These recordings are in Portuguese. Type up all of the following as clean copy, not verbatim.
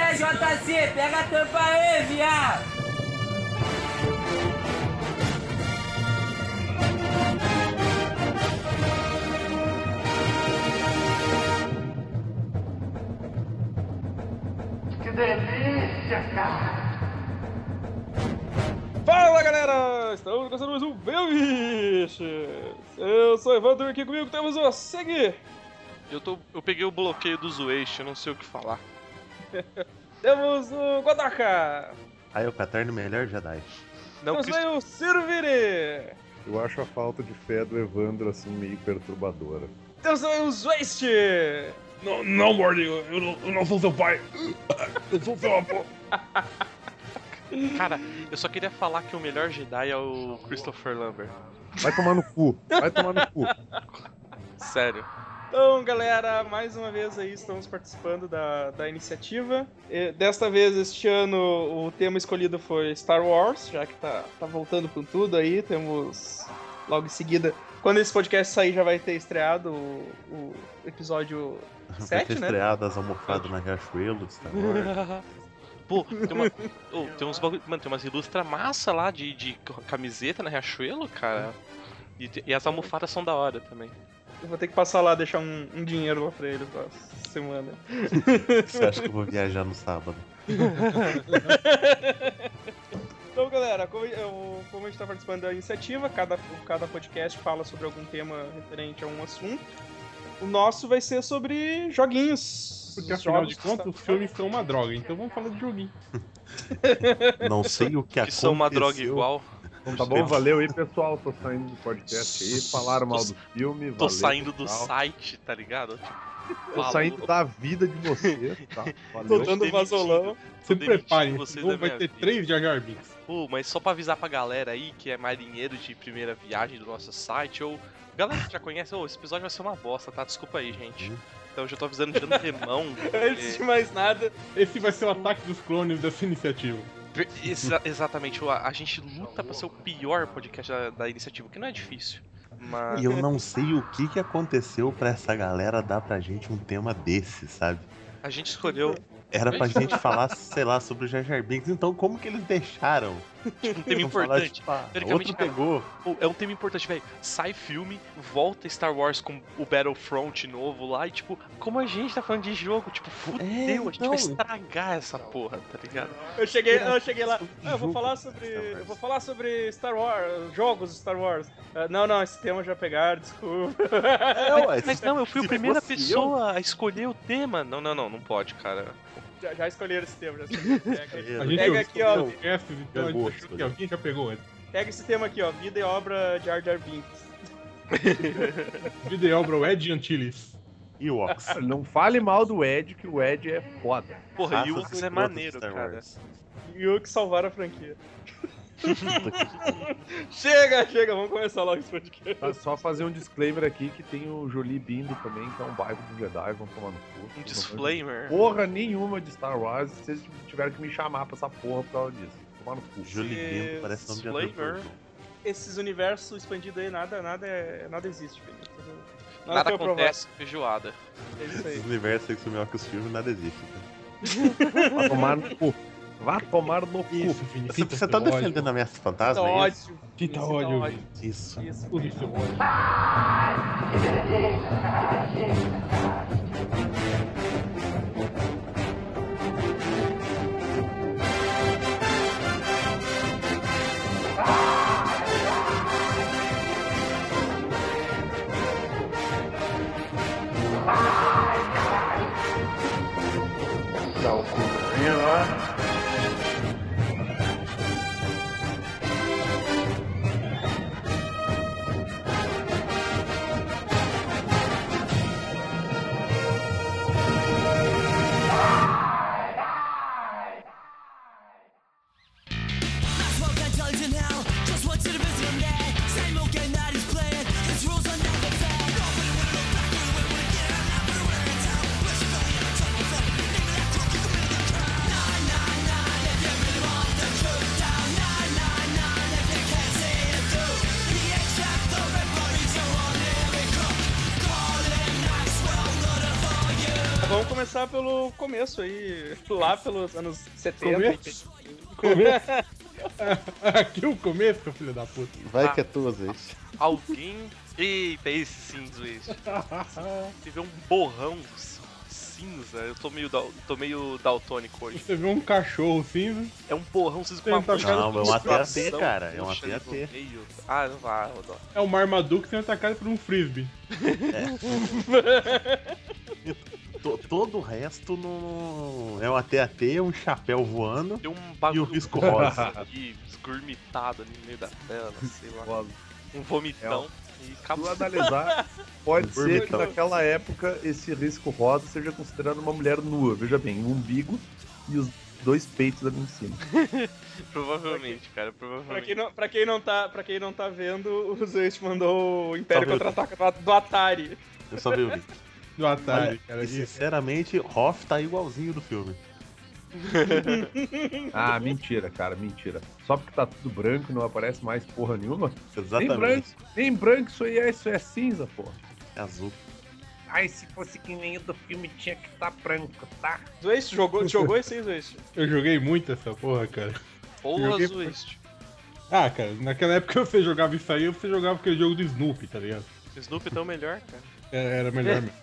Fala, JC, pega a tampa aí, viado! Que delícia, cara! Fala, galera! Estamos começando mais um Meu Bicho! Eu sou o Evandro e aqui comigo temos o Segui! Eu peguei o bloqueio do Zueish, eu não sei o que falar. Temos o Godaka! Aí o Catarno melhor Jedi. Não, Temos também o Ciro Vire! Eu acho a falta de fé do Evandro assim meio perturbadora. Temos também o Zweist! Não, Morty, eu não sou seu pai. Eu sou seu avô. Cara, eu só queria falar que o melhor Jedi é o Christopher Lambert. Vai tomar no cu. Vai tomar no cu. Sério. Então, galera, mais uma vez aí estamos participando da iniciativa. E desta vez, este ano, o tema escolhido foi Star Wars, já que tá voltando com tudo aí. Temos logo em seguida, quando esse podcast sair, já vai ter estreado o episódio 7, Vai ter né? estreado as almofadas na Riachuelo de Star Wars. Pô, tem uns bagulho. Mano, tem umas ilustra massa lá de camiseta na Riachuelo, cara. E as almofadas são da hora também. Eu vou ter que passar lá, deixar um dinheiro lá pra eles pra semana. Você acha que eu vou viajar no sábado? Então, galera, como a gente tá participando da iniciativa, cada podcast fala sobre algum tema referente a um assunto. O nosso vai ser sobre joguinhos. Porque afinal de contas, os filmes são uma droga, então vamos falar de joguinho. Não sei o que Que aconteceu. são uma droga igual. Então tá bom, valeu aí, pessoal. Tô saindo do podcast aí. Falaram mal do filme. Tô valeu, saindo do pessoal. site, tá ligado? Tô saindo da vida de vocês, tá? Tô Valeu. dando vazolão. Se demitindo preparem, vocês esse jogo da vai minha ter vida. 3 Jar Jar Binks. Pô, mas só pra avisar pra galera aí que é marinheiro de primeira viagem do nosso site, ou galera que já conhece, esse episódio vai ser uma bosta, tá? Desculpa aí, gente. Então eu já tô avisando de antemão. Antes de mais nada, Esse vai ser o ataque dos clones dessa iniciativa. Exatamente, a gente luta pra ser o pior podcast da iniciativa, que não é difícil. Mas E eu não sei o que aconteceu pra essa galera dar pra gente um tema desse, sabe? a gente escolheu Era pra gente falar, sei lá, sobre o Jar Jar Binks, então como que eles deixaram? um tema Não falar, importante. tipo, ah, Teoricamente, outro cara, pegou. Pô, é um tema importante, velho. Sai filme, volta Star Wars com o Battlefront novo lá e, tipo, como a gente tá falando de jogo, tipo, fudeu, a gente vai estragar essa porra, tá ligado? eu cheguei lá. Eu vou falar sobre Star Wars, jogos Star Wars. Não, esse tema já pegaram, desculpa. Mas não, eu fui a se primeira fosse pessoa a escolher o tema. Não pode, cara. Já escolheram esse tema, já escolheram. A gente Pega aqui, ó. podcasts, então a Pegou, gente achou que alguém já pegou antes. Pega esse tema aqui, ó. Vida e obra de Jar Jar Binks. Vida e obra, o Ed Antilles. Ewoks. Não fale mal do Ed, que o Ed é foda. Porra, Raças Ewoks é escrotas maneiro, de Star cara. Wars. E o que salvaram a franquia. Chega, vamos começar logo esse podcast. Tá, só fazer um disclaimer aqui que tem o Jolie Bindo também, que é um bairro do Jedi, vamos tomar no cu. Um disclaimer. Porra nenhuma de Star Wars, vocês tiveram que me chamar pra essa porra por causa disso. Tomar no cu. Jolie Bindo parece nome de ator. Disclaimer. Esses universos expandidos aí, nada existe, filho. Nada foi aprovado. acontece, feijoada. É isso aí. Esse universo aí que sumiu com os filmes, nada existe. Né? Vai tomar no cu. Vá tomar no cu. Isso, filho. Você tá defendendo ameaças fantasma? Tá é isso? ódio. Fita Isso, ódio, tá velho. Isso. Isso. Tudo isso é ódio. Dá o cu pra mim, lá. no começo aí, lá pelos anos 70. Começo? Começo? Aqui o começo, filho da puta. Vai que é tua vez. Alguém. Eita, esse sim, Zwist. Teve um borrão cinza. Eu tô meio daltônico hoje. Você vê um cachorro cinza. É um borrão cinza com uma Tá mancha Não, é um AT-AT, de cara. É um roxa ali AT-AT. no meio. Ah, não vai, Rodó. É um Marmaduke sendo atacado por um frisbee. Todo o resto não. É um AT-AT, um chapéu voando. Tem um E o bagulho risco rosa. aqui, esgurmitado ali no meio da tela, sei lá. Rosa. Um vomitão. E Se tu acabou. analisar, pode ser que Vomitão. naquela época esse risco rosa seja considerado uma mulher nua. Veja bem, o umbigo e os 2 peitos ali em cima. Provavelmente, cara, provavelmente. Pra quem não tá vendo, o Zeus mandou o Império Só viu. Contra-Ataca do Atari. Eu só vi o vídeo. Do Atari, Olha, cara. e sinceramente, Hoff tá igualzinho do filme. Ah, mentira, cara, mentira. Só porque tá tudo branco e não aparece mais porra nenhuma? Exatamente. Nem branco, isso é cinza, porra. É azul. Ai, se fosse que nem o do filme tinha que estar branco, tá? Zeus, jogou esse aí, Zeus? Eu joguei muito essa porra, cara. Porra, Joguei- Zwist. Ah, cara, naquela época você jogava isso aí, você jogava aquele jogo do Snoopy, tá ligado? Snoopy é o melhor, cara. Era melhor mesmo.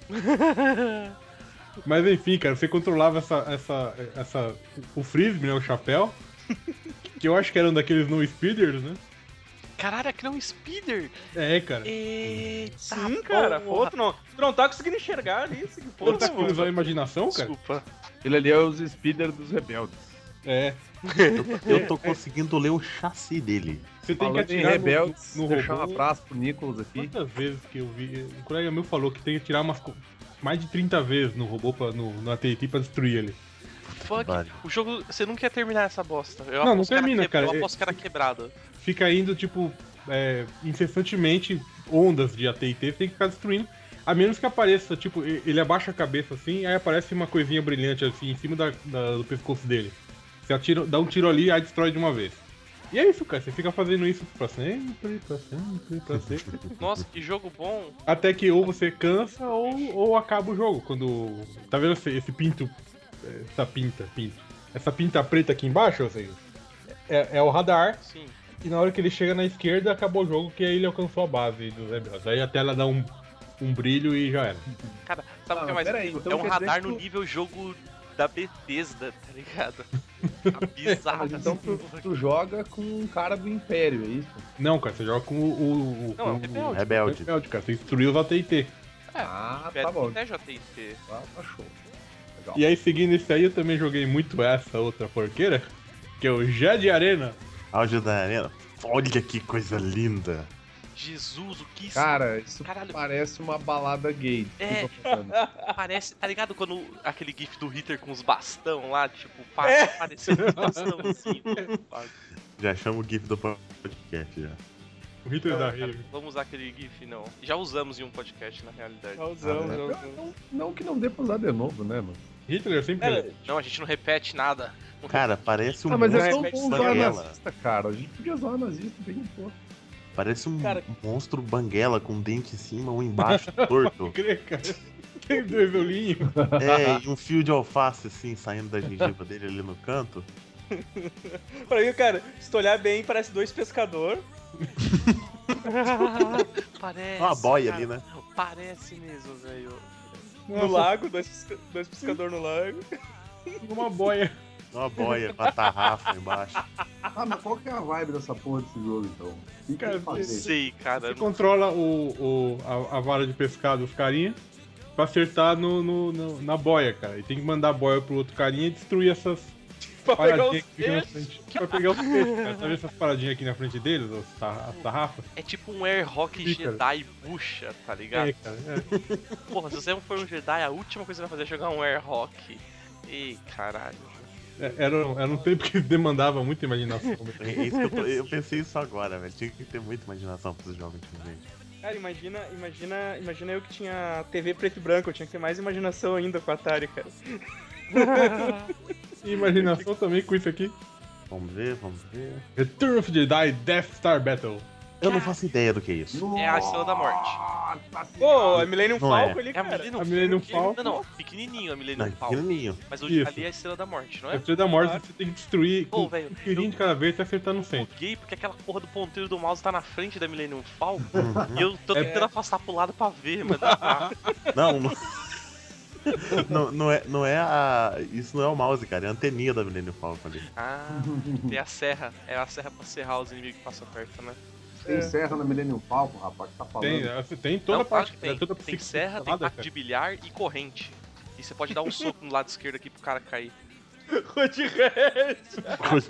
Mas enfim, cara, você controlava o frisbee, né, o chapéu, que eu acho que era um daqueles no speeders, né? Caralho, aqui não é um speeder. É, cara. Eita, Sim, cara. Pô, porra. tu não tá conseguindo enxergar ali. Pô, tá com usar a imaginação, cara? Desculpa. Ele ali é os speeder dos rebeldes. É. Eu tô conseguindo ler o chassi dele. Você tem que Falando em atirar rebeldes, no deixar um robô. abraço pro Nicolas aqui. Quantas vezes que eu vi? Um colega meu falou que tem que atirar mais de 30 vezes no robô, no AT&T pra destruir ele. Fuck, Vale. o jogo, você não quer terminar essa bosta. Eu Não aposto que termina, era cara. Eu aposto que era quebrada. Fica indo, tipo, incessantemente ondas de AT&T, você tem que ficar destruindo. A menos que apareça, tipo, ele abaixa a cabeça assim, aí aparece uma coisinha brilhante assim em cima do pescoço dele. Você atira, dá um tiro ali, aí destrói de uma vez. E é isso, cara. Você fica fazendo isso pra sempre, pra sempre, pra sempre. Nossa, que jogo bom. Até que ou você cansa ou acaba o jogo. Quando. Tá vendo esse pinto? Essa pinta preta aqui embaixo, ou seja, é o radar. Sim. E na hora que ele chega na esquerda, acabou o jogo, que aí ele alcançou a base dos rebeldes. Aí a tela dá um brilho e já era. Cara, sabe o que é Ah, mais? peraí, então é um quer radar dizer no que tu- nível jogo da Bethesda, tá ligado? Tá bizarro. Mas então tu joga com um cara do Império, é isso? Não, cara, você joga com o Não, é um rebelde. Rebelde. rebelde, cara. Você destruiu os AT&T. Ah, Pera, tá bom. Até JT. Tá show. Legal. E aí, seguindo isso aí, eu também joguei muito essa outra porqueira, que é o Jedi Arena. Áudio da arena. Olha que coisa linda. Jesus, o que isso Cara, isso Caralho. parece uma balada gay. É. Desculpa, falando. parece? Tá ligado quando aquele gif do Hitler com os bastão lá, tipo, parecendo uns bastão assim. Já chama o GIF do podcast já. O Hitler da Cara, Rave. vamos usar aquele gif, não. Já usamos em um podcast, na realidade. Não que não dê pra usar de novo, né, mano? Hitler sempre... Não, a gente não repete nada. Cara, parece um Ah, mas é tão monstro bom usar banguela. nazista, cara. A gente podia usar nazista bem, pô. Parece um Cara- monstro banguela com um dente em cima, um embaixo, torto. Crer, cara. Tem 2 olhinhos. É, e um fio de alface assim, saindo da gengiva dele ali no canto. Pra mim, cara, se tu olhar bem, parece 2 pescadores Parece. Uma boia cara. ali, né? Parece mesmo, velho. no lago, 2 pescadores no lago. Uma boia. Uma boia com a tarrafa embaixo. Ah, mas qual que é a vibe dessa porra desse jogo, então? O que que Cara, ele Não fazer? sei, cara. Você controla a vara de pescar dos carinha pra acertar na boia, cara. E tem que mandar a boia pro outro carinha e destruir essas Pra pegar paradinhas os que ficam na peixes. frente. Pra pegar os peixes, cara. Tá vendo essas paradinhas aqui na frente deles, as tarrafas? É tipo um Air Rock Sim, cara. Jedi bucha, tá ligado? É, cara. É. Porra, se você for um Jedi, a última coisa que você vai fazer é jogar um Air Rock. Ei, caralho. Era um tempo que demandava muita imaginação. É isso que eu pensei isso agora, velho. Tinha que ter muita imaginação pra esses jogos antigamente. Cara, imagina eu que tinha TV preto e branco, eu tinha que ter mais imaginação ainda com a Atari, cara. E imaginação também com isso aqui. Vamos ver, vamos ver. Return of the Jedi Death Star Battle. Eu não faço ideia do que é isso. É a Estrela da Morte. Pô, a Millennium Não Falcon é. ali, É a cara. Millennium A Millennium Falcon. Falcon. Não, pequenininho a Millennium Não, Falcon. pequenininho. Mas Isso. ali é a Estrela da Morte, não A é? Estrela da Morte você tem que destruir Pô, com velho, um tirinho de cada vez e acertar no centro. Buguei porque aquela porra do ponteiro do mouse tá na frente da Millennium Falcon. E eu tô tentando afastar pro lado pra ver, mas não dá. Não, não é a. Isso não é o mouse, cara. É a anteninha da Millennium Falcon ali. Ah, tem a serra. É a serra pra serrar os inimigos que passam perto, né? Tem serra na Millennium Falcon, rapaz, que tá falando. Tem toda Não, a claro parte. que tem. Toda a Tem psique- serra, tem nada, taco de bilhar e corrente. E você pode dar um soco no lado esquerdo aqui pro cara cair. Road Rash.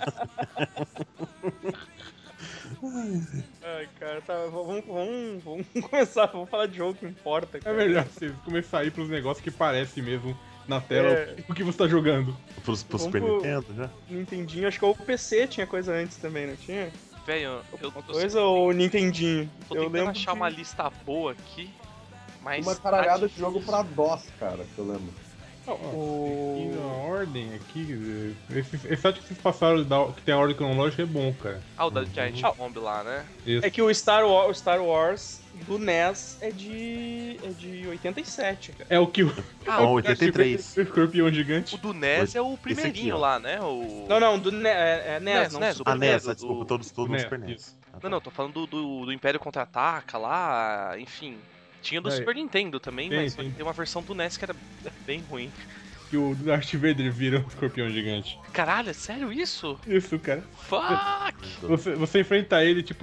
Ai, cara, tá, vamos começar, vamos falar de jogo que importa, É cara. melhor você começar a ir pros negócios que parecem mesmo na tela É. o que você tá jogando. Pro Vamos Super pro- Nintendo já. Nintendinho, acho que o PC tinha coisa antes também, não tinha? Velho, eu Uma tô, coisa ou o Nintendinho? tô Eu tentando lembro achar que- uma lista boa aqui. Mas Uma caralhada de jogo pra DOS, cara, que eu lembro. Aqui na ordem, aqui. Esse site que vocês passaram que tem a ordem cronológica é bom, cara. Ah, o da Giant Bomb lá, né? Isso. É que o Star Wars do NES é de 87, cara. É o que o. Ah, Não, 83. O escorpião gigante. O do NES é o primeirinho ó. lá, né? O... Não, do é NES, não. NES, Super A NES, NES, do- desculpa, todos no NES, Super NES. isso. Ah, tá. Não, tô falando do Império Contra-Ataca lá, enfim. Tinha do É. Super Nintendo também, Tem, mas tem. tem uma versão do NES que era bem ruim. Que o Darth Vader vira um escorpião gigante. Caralho, é sério isso? Isso, cara. Fuck! Você enfrenta ele, tipo,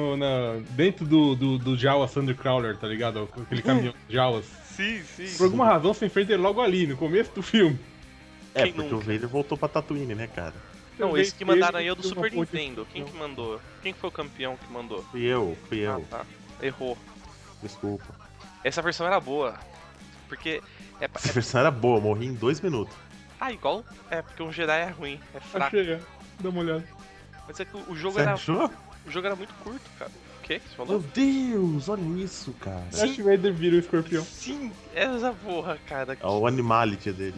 dentro do Jawa Thundercrawler, tá ligado? Aquele caminhão de Jawas. Sim, sim. Por alguma razão, você enfrenta ele logo ali, no começo do filme. É, Quem porque nunca? o Vader voltou pra Tatooine, né, cara? Não, esse que mandaram aí é o do Ele Super tem uma ponte- Nintendo. Quem que mandou? Quem que foi o campeão que mandou? Fui eu. Ah, tá. Errou. Desculpa. Essa versão era boa. Porque Essa versão era boa, morri em 2 minutos. Ah, igual. É, porque um Jedi é ruim, é fraco. Achei, é. Dá uma olhada. Mas é que o jogo Você era. achou? O jogo era muito curto, cara. O que você Meu falou? Deus, olha isso, cara. Darth Vader vira o escorpião. Sim, essa porra, cara. É o animality dele.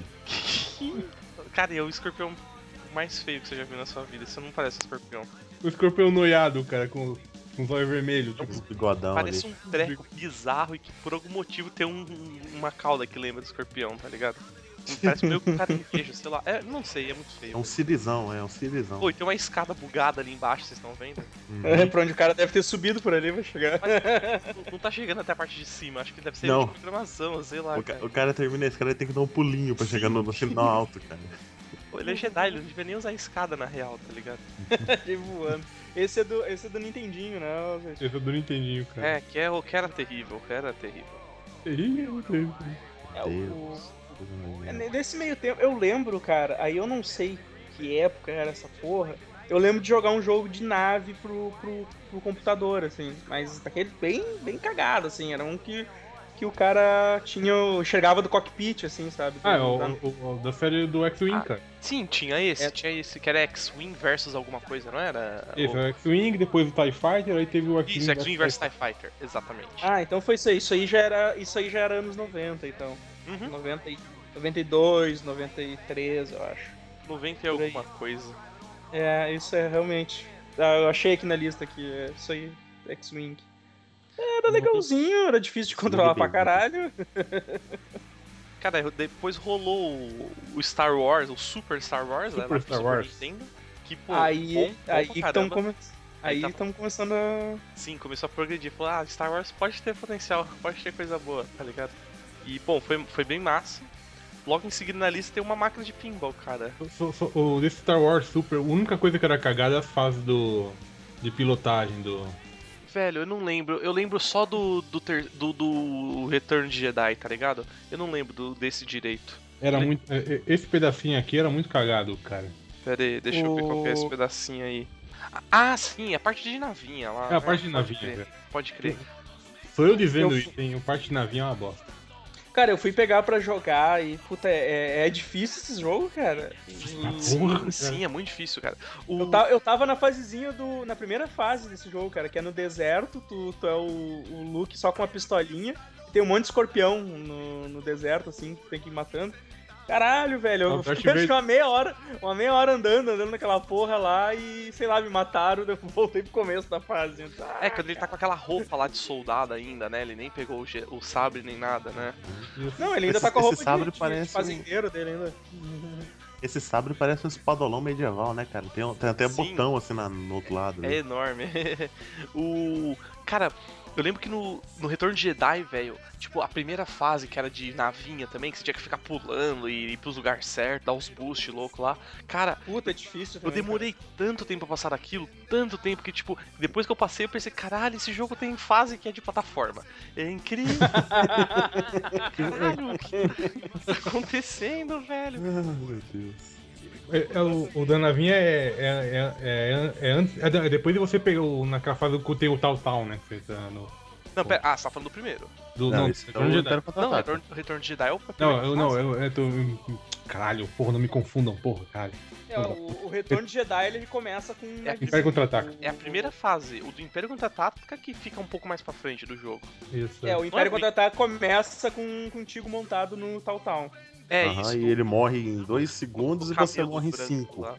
Cara, é o escorpião mais feio que você já viu na sua vida. Você não parece um escorpião. O escorpião noiado, cara, com os olhos vermelhos. Tipo, Os bigodão Parece ali. um treco bizarro e que por algum motivo tem uma cauda que lembra do escorpião, tá ligado? Parece meio que um caranguejo, sei lá. É, não sei, é muito É feio. um cirizão, é um cirizão. Pô, e tem uma escada bugada ali embaixo, vocês estão vendo? É, pra onde o cara deve ter subido por ali, vai chegar. Não tá chegando até a parte de cima, acho que deve ser Não. de programação, sei lá. O cara termina esse cara tem que dar um pulinho pra chegar no final alto, cara. Pô, ele é Jedi, ele não devia nem usar a escada na real, tá ligado? Ele voando. Esse é do Nintendinho, né? gente? esse é do Nintendinho, cara. É, que era terrível, que era terrível. É, Deus. Nesse meio tempo, eu lembro, cara, aí eu não sei que época era essa porra. Eu lembro de jogar um jogo de nave pro computador, assim, mas daquele bem cagado, assim, era um que o cara enxergava do cockpit, assim, sabe? Ah, é o da série do X-Wing, Ah, cara. Sim, tinha esse, que era X-Wing versus alguma coisa, não era? Esse é o X-Wing, depois o TIE Fighter, aí teve o X-Wing. Isso, X-Wing versus TIE Fighter, exatamente. Ah, então foi isso aí. Isso aí já era anos 90, então. Uhum. 92, 93, eu acho. 90 e alguma coisa. É, isso é realmente. Ah, eu achei aqui na lista aqui, é isso aí, X-Wing. Era legalzinho, era difícil de controlar pra caralho. Cara, depois rolou o Star Wars, o Super Star Wars, Super né? lá pro Star Super Wars. Nintendo, que, pô, Aí pra estão caramba. Tá- começando a. Sim, começou a progredir. Falou, Star Wars pode ter potencial, pode ter coisa boa, tá ligado? E, bom, foi bem massa. Logo em seguida na lista tem uma máquina de pinball, cara. O desse Star Wars Super, a única coisa que era cagada é as fases de pilotagem do. Velho, eu não lembro. Eu lembro só do Return de Jedi, tá ligado? Eu não lembro desse direito. Era muito. Esse pedacinho aqui era muito cagado, cara. Pera aí, deixa eu ver qual que é esse pedacinho aí. Ah, sim, a parte de navinha lá. É a né? parte de Pode navinha, crer, velho. Pode crer. Sou eu dizendo Eu- isso, hein? O parte de navinha é uma bosta. Cara, eu fui pegar pra jogar e, puta, é difícil esse jogo, cara. Porra, Sim, é muito difícil, cara. Eu tava na fasezinha na primeira fase desse jogo, cara, que é no deserto, tu é o Luke só com uma pistolinha, tem um monte de escorpião no deserto, assim, que tu tem que ir matando. Caralho, velho, eu Darth fiquei Vader. uma meia hora andando naquela porra lá e, sei lá, me mataram, eu voltei pro começo da fase. É, quando ele tá com aquela roupa lá de soldado ainda, né? Ele nem pegou o sabre nem nada, né? Não, ele ainda tá com a roupa esse sabre de parece fazendeiro dele ainda. Esse sabre parece um espadolão medieval, né, cara? Tem até Sim. botão assim no outro lado. É Né? enorme. Cara, eu lembro que no Retorno de Jedi, velho, tipo, a primeira fase, que era de navinha também, que você tinha que ficar pulando e ir pros lugares certos, dar uns boosts loucos lá. Cara, Puta, é difícil eu também. demorei tanto tempo pra passar daquilo, tanto tempo que, tipo, depois que eu passei, eu pensei, caralho, esse jogo tem fase que é de plataforma. É incrível. Caralho, o que tá acontecendo, velho? Ah, meu Deus. O da navinha é antes. É depois de você pegar naquela fase que tem o Tal, né? Que você tá no. Não, pera, você tá falando do primeiro. Não, esse é Retorno o de Jedi. Império Não, Contra-Ataca. Retorno de Jedi é o primeiro. Não, eu tô. Caralho, porra, não me confundam, porra, caralho. O Retorno de Jedi, ele começa com... Império Contra-Ataca. É a primeira fase. O do Império Contra-Ataca que fica um pouco mais pra frente do jogo. Isso. O Império Contra-Ataque começa com contigo montado no Tal. É Aham, isso. e ele morre em 2 segundos e você cabelo morre em branco 5. lá.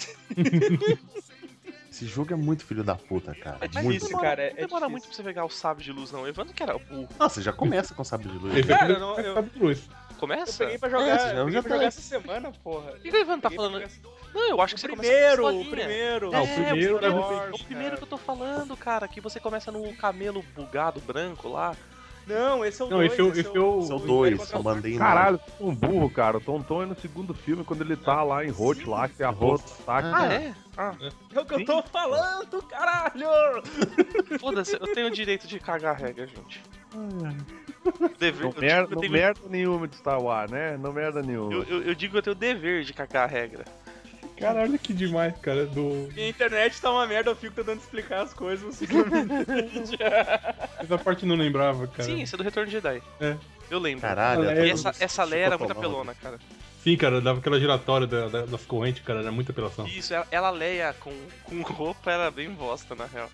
Esse jogo é muito filho da puta, cara. É muito. difícil, cara. Não É demora difícil. muito pra você pegar o sabre de luz, não. Evandro que era burro. Nossa, já começa com sabre de luz. Esse Cara, aqui eu não- eu- sabe de luz. Eu Começa? peguei pra É, jogar, já- eu peguei já pra tá. jogar essa semana, porra. O que o Evandro tá Peguei pra falando? jogar- Não, eu acho que você O começa primeiro, com o pistolinha. primeiro. Não, o primeiro é leva o primeiro que eu tô falando, cara, que você começa no camelo bugado branco lá. Não, esse é o Não, 2. esse é o- Esse é o 2, eu mandei Caralho, você é um burro, cara. O Tonton é no segundo filme, quando ele tá lá em Rote, lá, que tem a porra do ataque. Ah, é? É o que eu tô falando, caralho! Foda-se, eu tenho o direito de cagar a regra, gente. Dever, Não eu, merda, digo, não eu, tenho, merda nenhuma de Star Wars, né? Não merda nenhuma. eu digo que eu tenho o dever de cagar a regra. Caralho, que demais, cara. Do... Minha internet tá uma merda, eu fico tentando explicar as coisas, vocês não me entendem. Essa parte eu não lembrava, cara. Sim, esse é do Retorno de Jedi. É. Eu lembro. Caralho, E E essa Leia era muito Chocotolão. apelona, cara. Sim, cara, dava aquela giratória das correntes, cara, era muita apelação. Isso, ela Leia com roupa era bem bosta, na real.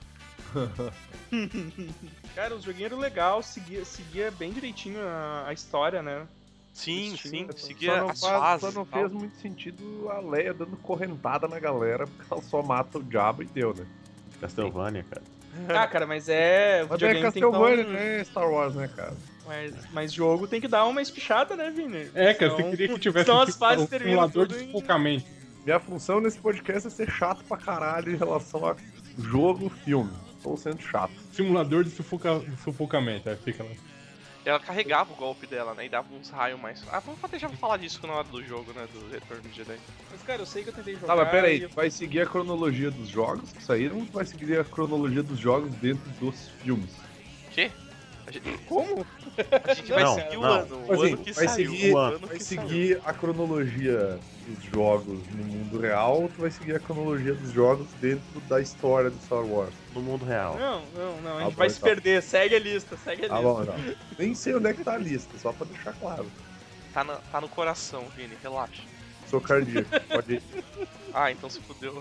Cara, os joguinhos eram legal, seguia bem direitinho a história, né? Sim, sim, Só seguia não, as só fases não e tal. fez muito sentido a Leia dando correntada na galera, porque ela só mata o diabo e deu, né? Castlevania, cara. Ah, cara, mas é... Mas é videogame tem que dar Castlevania, um- né? Star Wars, né, cara? Mas jogo tem que dar uma espichada, né, Vini? É, cara, Senão- você queria que tivesse senão as tipo, fases um terminam simulador tudo de em- sufocamento. Minha função nesse podcast é ser chato pra caralho em relação a jogo, filme. Estou sendo chato. Simulador de sufocamento, aí fica lá. Ela carregava o golpe dela, né? E dava uns raios mais. Ah, vamos deixar pra falar disso na hora do jogo, né? Do Retorno de Jedi. Mas, cara, eu sei que eu tentei jogar... Tá, mas pera aí, e- tu vai seguir a cronologia dos jogos que saíram ou tu vai seguir a cronologia dos jogos dentro dos filmes? Quê? A gente, Como? a gente vai Não, seguir o não. ano. O Assim, ano que vai saiu. seguir- o ano Vai que saiu. seguir a cronologia dos jogos no mundo real ou tu vai seguir a cronologia dos jogos dentro da história do Star Wars? No mundo real. Não, a Ah, gente bom, vai se então. perder. Segue a lista. Tá bom, não. Nem sei onde é que tá a lista, só pra deixar claro. Tá no coração, Vini, relaxa. Sou cardíaco, pode ir. Ah, então se fudeu.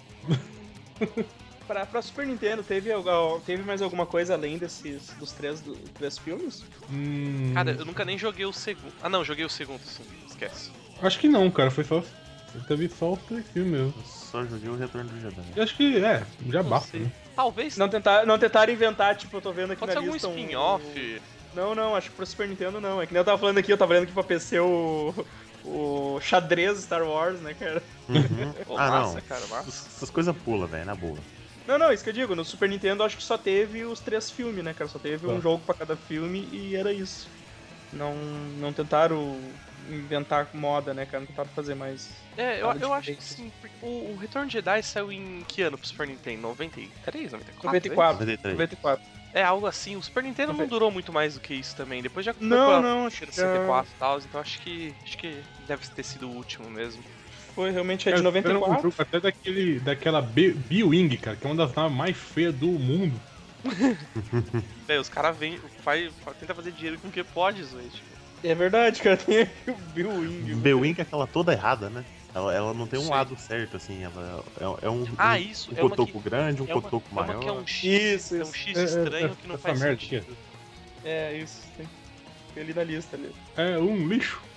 Pra Super Nintendo, teve mais alguma coisa além dos três filmes? Cara, eu nunca nem joguei o segundo. Ah, não, joguei o segundo, sim. Esquece. Acho que não, cara, foi só. Teve só os três filmes mesmo. Eu só joguei o Retorno do Jedi. Eu acho que, já Não basta, sei. né? Talvez. Não tentaram inventar, tipo, eu tô vendo aqui Pode na ser algum lista spin-off. Não, acho que pro Super Nintendo não. É que nem eu tava falando aqui, eu tava vendo aqui pra PC o xadrez Star Wars, né, cara? Uhum. Pô, Ah, massa, não. cara, massa. Essas coisas pula, velho, na boa. Não, isso que eu digo. No Super Nintendo acho que só teve os três filmes, né, cara? Só teve um Tá. jogo pra cada filme e era isso. Não tentaram inventar moda, né, cara? Não tentaram fazer mais... É, nada eu acho que diferente. sim. Porque o Retorno de Jedi saiu em que ano pro Super Nintendo? 93, 94? 94. 93. 94. É algo assim. O Super Nintendo não durou muito mais do que isso também. Depois já Não, acho Acho que que era 64 e tal, então acho que deve ter sido o último mesmo. foi realmente de Cara, era um 94. jogo até daquela B-Wing, cara, que é uma das naves mais feias do mundo. Véi, os caras tenta fazer dinheiro com o que pode, Zoe. Tipo. É verdade, cara. Tem aqui o Bill Wing. B-Wing é aquela toda errada, né? Ela não tem um Sim. lado certo, assim. Ela é um, Ah, um, isso. um É uma cotoco que, grande, um é uma, cotoco é uma maior. que é um X. Isso, É um isso. X É, estranho que não essa faz merda sentido. É, isso. Tem ali na lista ali. É um lixo.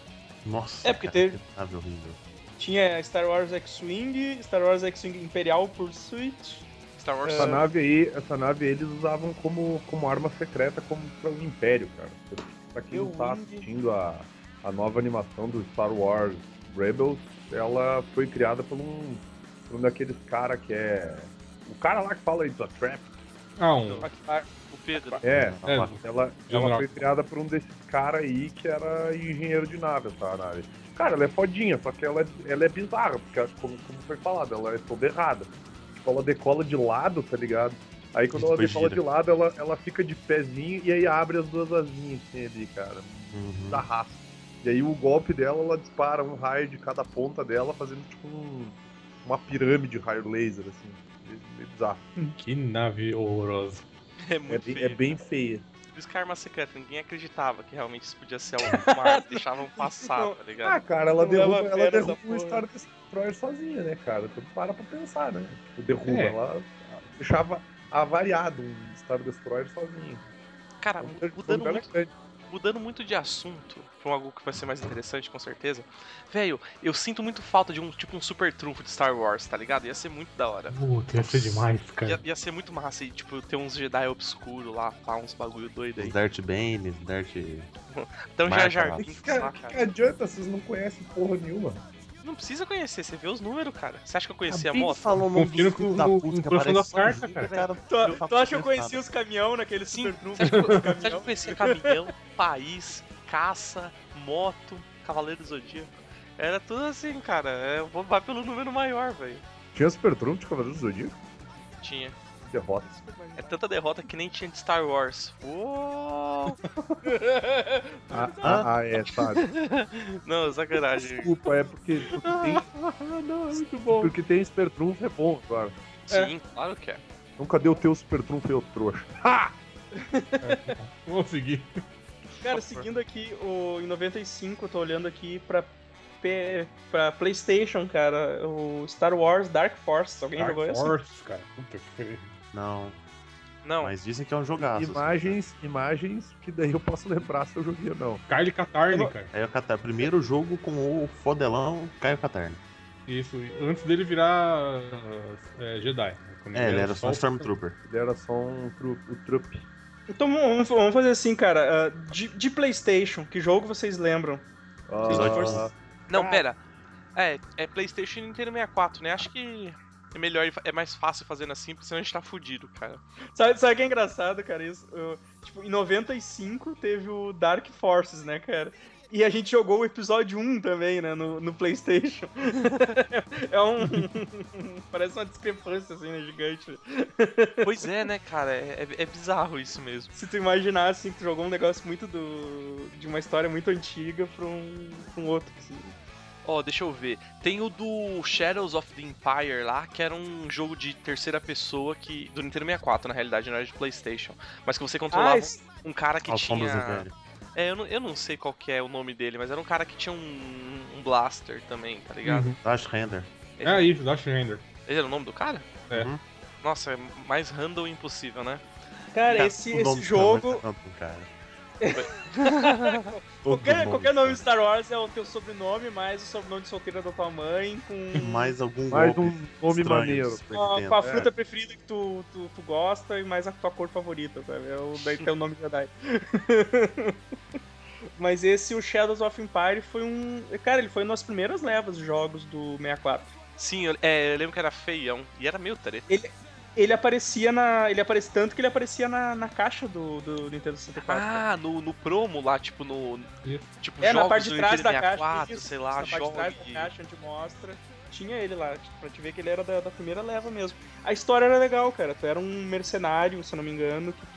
Nossa, É, porque cara, teve- que nave horrível. Tinha Star Wars X-Wing, Star Wars X-Wing Imperial Pursuit. Star Wars. Essa nave aí eles usavam como arma secreta para o Império, cara. Pra quem não tá assistindo a nova animação do Star Wars Rebels, ela foi criada por um daqueles cara que é... O cara lá que fala It's a Trap. O Pedro. Ela foi criada por um desses caras aí que era engenheiro de nave, essa nave. Cara, ela é fodinha, só que ela é bizarra, porque como foi falado, ela é toda errada. Tipo, ela decola de lado, tá ligado? Aí quando ela Depois decola gira. de lado, ela fica de pezinho e aí abre as duas asinhas assim ali, cara. Uhum. Da raça. E aí o golpe dela, ela dispara um raio de cada ponta dela, fazendo tipo uma pirâmide de raio laser, assim. É bizarro. Que nave horrorosa. É muito feio. É bem feia. Por isso que a arma secreta, ninguém acreditava que realmente isso podia ser algo mais. Deixavam passar, tá ligado? Ah, cara, ela Não leva derruba, fé nessa derruba um porra. Star Destroyer sozinha, né, cara? Tu para pra pensar, né? Tipo, derruba, É. ela deixava avariado um Star Destroyer sozinho. Cara, Foi um cara grande. mudando muito de assunto, pra algo que vai ser mais interessante, com certeza. Velho, eu sinto muito falta de um super trunfo de Star Wars, tá ligado? Ia ser muito da hora. Puta, ia ser demais, cara. Ia ser muito massa, e, tipo, ter uns Jedi obscuro lá, pá, uns bagulho doido aí. Os Darth Bane, Darth... Então Marca Jar lá. Jar Que, Binks cara, lá, que cara. adianta, vocês não conhecem porra nenhuma. Não precisa conhecer, você vê os números, cara. Você acha que eu conhecia a Quem moto? falou o nome Confio do no- filho da no- puta no que próximo da aparece carta, sozinho, cara. Tu acha que eu conhecia os caminhão naquele Sim, super trunfo? você acha que eu conhecia caminhão, país, caça, moto, Cavaleiro do Zodíaco? Era tudo assim, cara. Vai pelo número maior, velho. Tinha Super Trunfo de Cavaleiros do Zodíaco? Tinha. Derrota. É tanta derrota que nem tinha de Star Wars. Uou! É, sabe. Não, sacanagem. Desculpa, é porque tem, Não, é muito bom. porque tem Super Trunfo é bom, claro. Sim, claro que é. Nunca deu o teu Super Trunfo, eu trouxa. Ha! Vamos seguir. Cara, seguindo aqui, em 95, eu tô olhando aqui pra PlayStation, cara, o Star Wars Dark Force. Alguém Dark jogou esse? Force, cara. Puta que... Não, Não, mas dizem que é um jogaço. Imagens que daí eu posso lembrar se eu joguei ou não. Kylie Katarn, cara. Aí o Catar, primeiro jogo com o fodelão Caio Catarna. Isso, antes dele virar Jedi. Quando Ele era só um o Stormtrooper. Ele era só o trupe. Então vamos fazer assim, cara. De PlayStation, que jogo vocês lembram? Ah, não, Cara. pera. É PlayStation e Nintendo 64, né? Acho que é melhor, é mais fácil fazendo assim, porque senão a gente tá fudido, cara. Sabe o que é engraçado, cara? Isso, tipo, em 95 teve o Dark Forces, né, cara? E a gente jogou o episódio 1 também, né, no PlayStation. Parece uma discrepância, assim, né, gigante. Pois é, né, cara? É bizarro isso mesmo. Se tu imaginar, assim, que tu jogou um negócio muito de uma história muito antiga pra um outro, assim. Ó, deixa eu ver. Tem o do Shadows of the Empire lá, que era um jogo de terceira pessoa do Nintendo 64, na realidade, não era de PlayStation. Mas que você controlava um cara que Aos sombras do tinha... velho. Eu não sei qual que é o nome dele, mas era um cara que tinha um blaster também, tá ligado? Uhum. Dash Render. É isso, Dash Render. Ele era o nome do cara? É. Uhum. Nossa, é mais random impossível, né? Cara, Cara, esse o nome jogo... tá muito, cara. Qualquer nome de Star Wars é o teu sobrenome, mais o sobrenome de solteira da tua mãe, com... Mais algum mais golpe um nome estranho maneiro. do Super com Nintendo. a fruta preferida que tu gosta e mais a tua cor favorita, sabe? Daí tem o nome Jedi. Mas o Shadows of Empire foi Cara, ele foi uma das primeiras levas de jogos do 64. Sim, eu lembro que era feião. E era meio treta. Ele aparecia tanto que ele aparecia na caixa do Nintendo 64. Ah, no promo lá, tipo Tipo, na jogos parte de do trás Nintendo da 64, caixa, isso, sei lá, na parte de trás jogue. da caixa onde mostra, tinha ele lá, pra te ver que ele era da primeira leva mesmo. A história era legal, cara, tu era um mercenário, se eu não me engano, que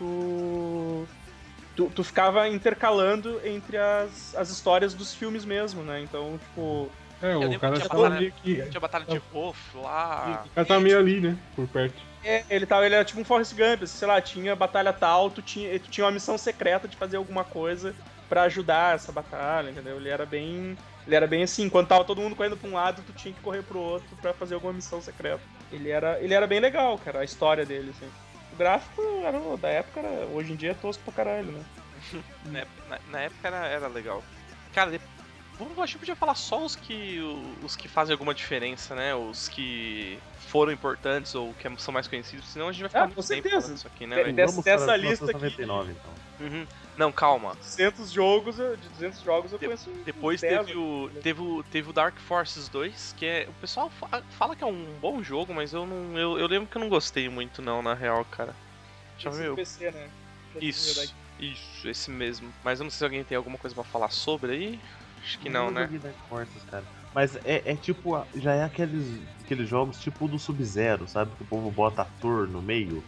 tu ficava intercalando entre as histórias dos filmes mesmo, né, então, tipo... É, lembro o que cara tinha tava batalha- meio que... Tinha batalha de Wolf lá. O cara tava meio ali, né? Por perto. Ele era tipo um Forrest Gump, sei lá, tinha batalha tal, tu tinha uma missão secreta de fazer alguma coisa pra ajudar essa batalha, entendeu? Ele era bem assim, quando tava todo mundo correndo pra um lado, tu tinha que correr pro outro pra fazer alguma missão secreta. Ele era bem legal, cara, a história dele, assim. O gráfico da época, hoje em dia é tosco pra caralho, né? Na época era legal. Cara, acho que podia falar só os que fazem alguma diferença, né? Os que foram importantes ou que são mais conhecidos, senão a gente vai ficar muito com tempo certeza. falando isso aqui, né? velho? Dessa para lista aqui, 1999, então. Uhum. Não, calma. 200 jogos, de 200 jogos eu conheço. Depois 10, teve o Dark Forces 2, que é. O pessoal fala que é um bom jogo, mas eu lembro que eu não gostei muito, não, na real, cara. Deixa eu ver. PC, né? Isso, esse mesmo. Mas eu não sei se alguém tem alguma coisa pra falar sobre aí. Acho que não, né? joguei Dark Forces, cara. Mas é tipo, já é aqueles jogos tipo do Sub-Zero, sabe? Que o povo bota ator no meio.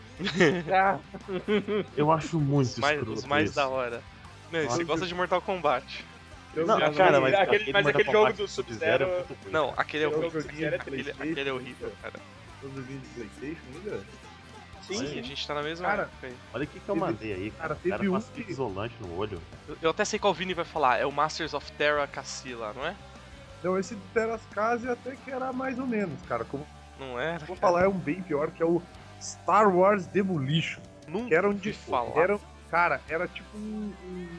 Eu acho muito escroto Os mais isso. da hora. Não, você gosta de Mortal Kombat. Não, cara, mas aquele Mortal jogo Kombat do Sub-Zero. é muito ruim. Não, aquele é Eu horrível. joguei de PlayStation, Aquele é horrível, cara. Todo vídeo de PlayStation ainda? Sim, a gente tá na mesma Cara, época aí. Olha o que eu mandei aí, cara. Cara, O cara teve um passa que- isolante no olho. Eu até sei qual o Vini vai falar. É o Masters of Terra Cassila, não é? Não, esse do Terascase até que era mais ou menos, cara. Como Não era? vou falar, é um bem pior, que é o Star Wars Demolition. Nunca Que era um ouvi de falar. era tipo um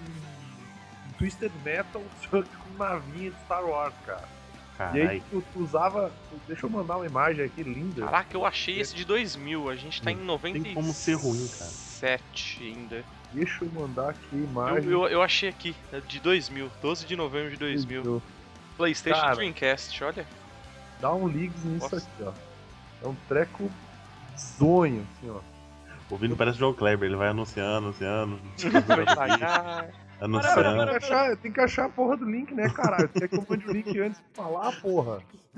Twisted Metal, só que com navinha de Star Wars, cara. E aí Caralho. tu usava. Deixa eu mandar uma imagem aqui linda. Caraca, eu achei esse de 2000. A gente tá em 97 tem como ser ruim, cara. ainda. Deixa eu mandar aqui a imagem. Eu achei aqui, é de 2000. 12 de novembro de 2000. PlayStation Cara. Dreamcast, olha. Dá um ligs nisso Nossa. aqui, ó. É um treco zonho, assim, ó. O Vini parece o João Kleber, ele vai anunciando. Devagar. anunciando. Tem que achar a porra do link, né, caralho? Quer que eu mande o link antes de falar, porra?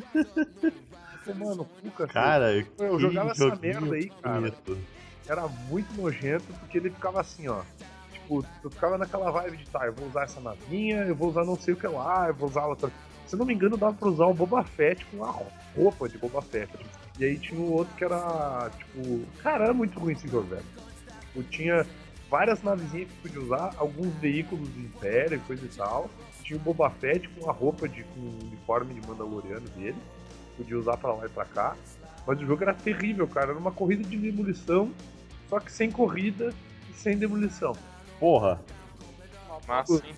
Pô, mano, puca, Cara, eu que jogava essa joguinho merda aí, cara. bonito. Era muito nojento, porque ele ficava assim, ó. Tipo, eu ficava naquela vibe de, tá, eu vou usar essa navinha, eu vou usar não sei o que lá, eu vou usar outra. Se eu não me engano, dava pra usar o Boba Fett com a roupa de Boba Fett. E aí tinha um outro que era, tipo... Cara, era muito ruim esse jogo, velho. Eu tinha várias navezinhas que podia usar, alguns veículos do Império e coisa e tal. Tinha o Boba Fett com a roupa com o uniforme de Mandaloriano dele. Podia usar pra lá e pra cá. Mas o jogo era terrível, cara. Era uma corrida de demolição, só que sem corrida e sem demolição. Porra, Massa, hein?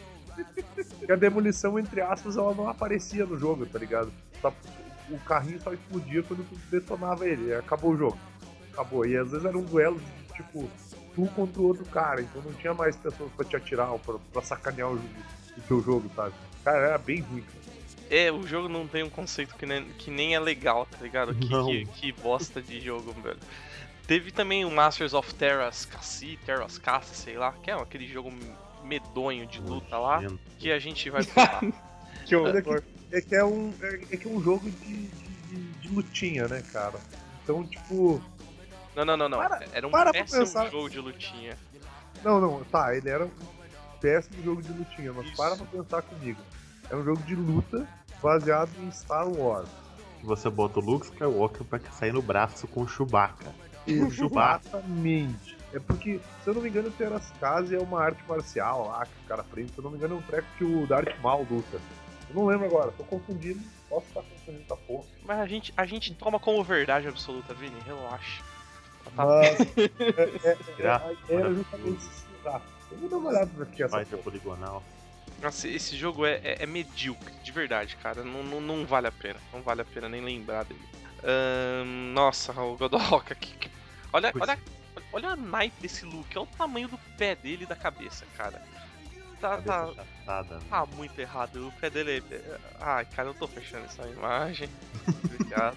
E a demolição, entre aspas, ela não aparecia no jogo, tá ligado? O carrinho só explodia quando tu detonava ele, e acabou o jogo. Acabou. E às vezes era um duelo de, tipo, tu contra o outro cara, então não tinha mais pessoas pra te atirar ou pra sacanear o teu jogo, sabe? Cara, era bem ruim, cara. É, o jogo não tem um conceito que nem é legal, tá ligado? Não. Que bosta de jogo, velho. Teve também o Masters of Terras Cassi, sei lá, que é aquele jogo medonho de luta lá, nojento. que a gente vai falar. Que Olha horror. É que é um jogo de lutinha, né, cara? Então, tipo... Não. Para- Era um para pra péssimo pensar. jogo de lutinha. Não, tá, ele era um péssimo jogo de lutinha, mas Isso. para pra pensar comigo. É um jogo de luta baseado em Star Wars. Você bota o Luke Skywalker pra sair no braço com o Chewbacca. O Chewbacca. Exatamente. É porque, se eu não me engano, o Terascase é uma arte marcial lá, que o cara aprende. Se eu não me engano, é um treco que o Darth Maul luta. Eu não lembro agora, tô confundindo. Posso estar confundindo essa porra. Mas a gente toma como verdade absoluta, Vini, relaxa. Tá- Mas Graças, a ideia era justamente isso. Tá, eu vou dar uma olhada pra que essa Fighter porra. poligonal. Nossa, esse jogo é medíocre, de verdade, cara. Não vale a pena. Não vale a pena nem lembrar dele. Nossa, o Godorock aqui. Olha a naipe desse Luke. Olha o tamanho do pé dele e da cabeça, cara. Tá Chatada, né? muito errado. O pé dele é... Ai, cara, eu tô fechando essa imagem. Obrigado.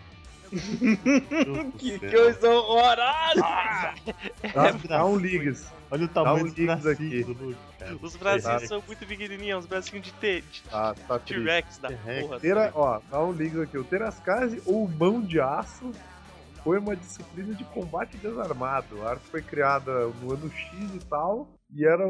Que coisa horrorosa! Dá um ligas. Olha o Dá tamanho um dos links bracinhos aqui. do Luke, cara. Os bracinhos são muito pequenininhos, os bracinhos de Tá triste. T-Rex da T-Rex. porra. Ó, dá um ligas aqui. O Terascase ou Mão de Aço foi uma disciplina de combate desarmado. A arte foi criada no ano X e tal, e era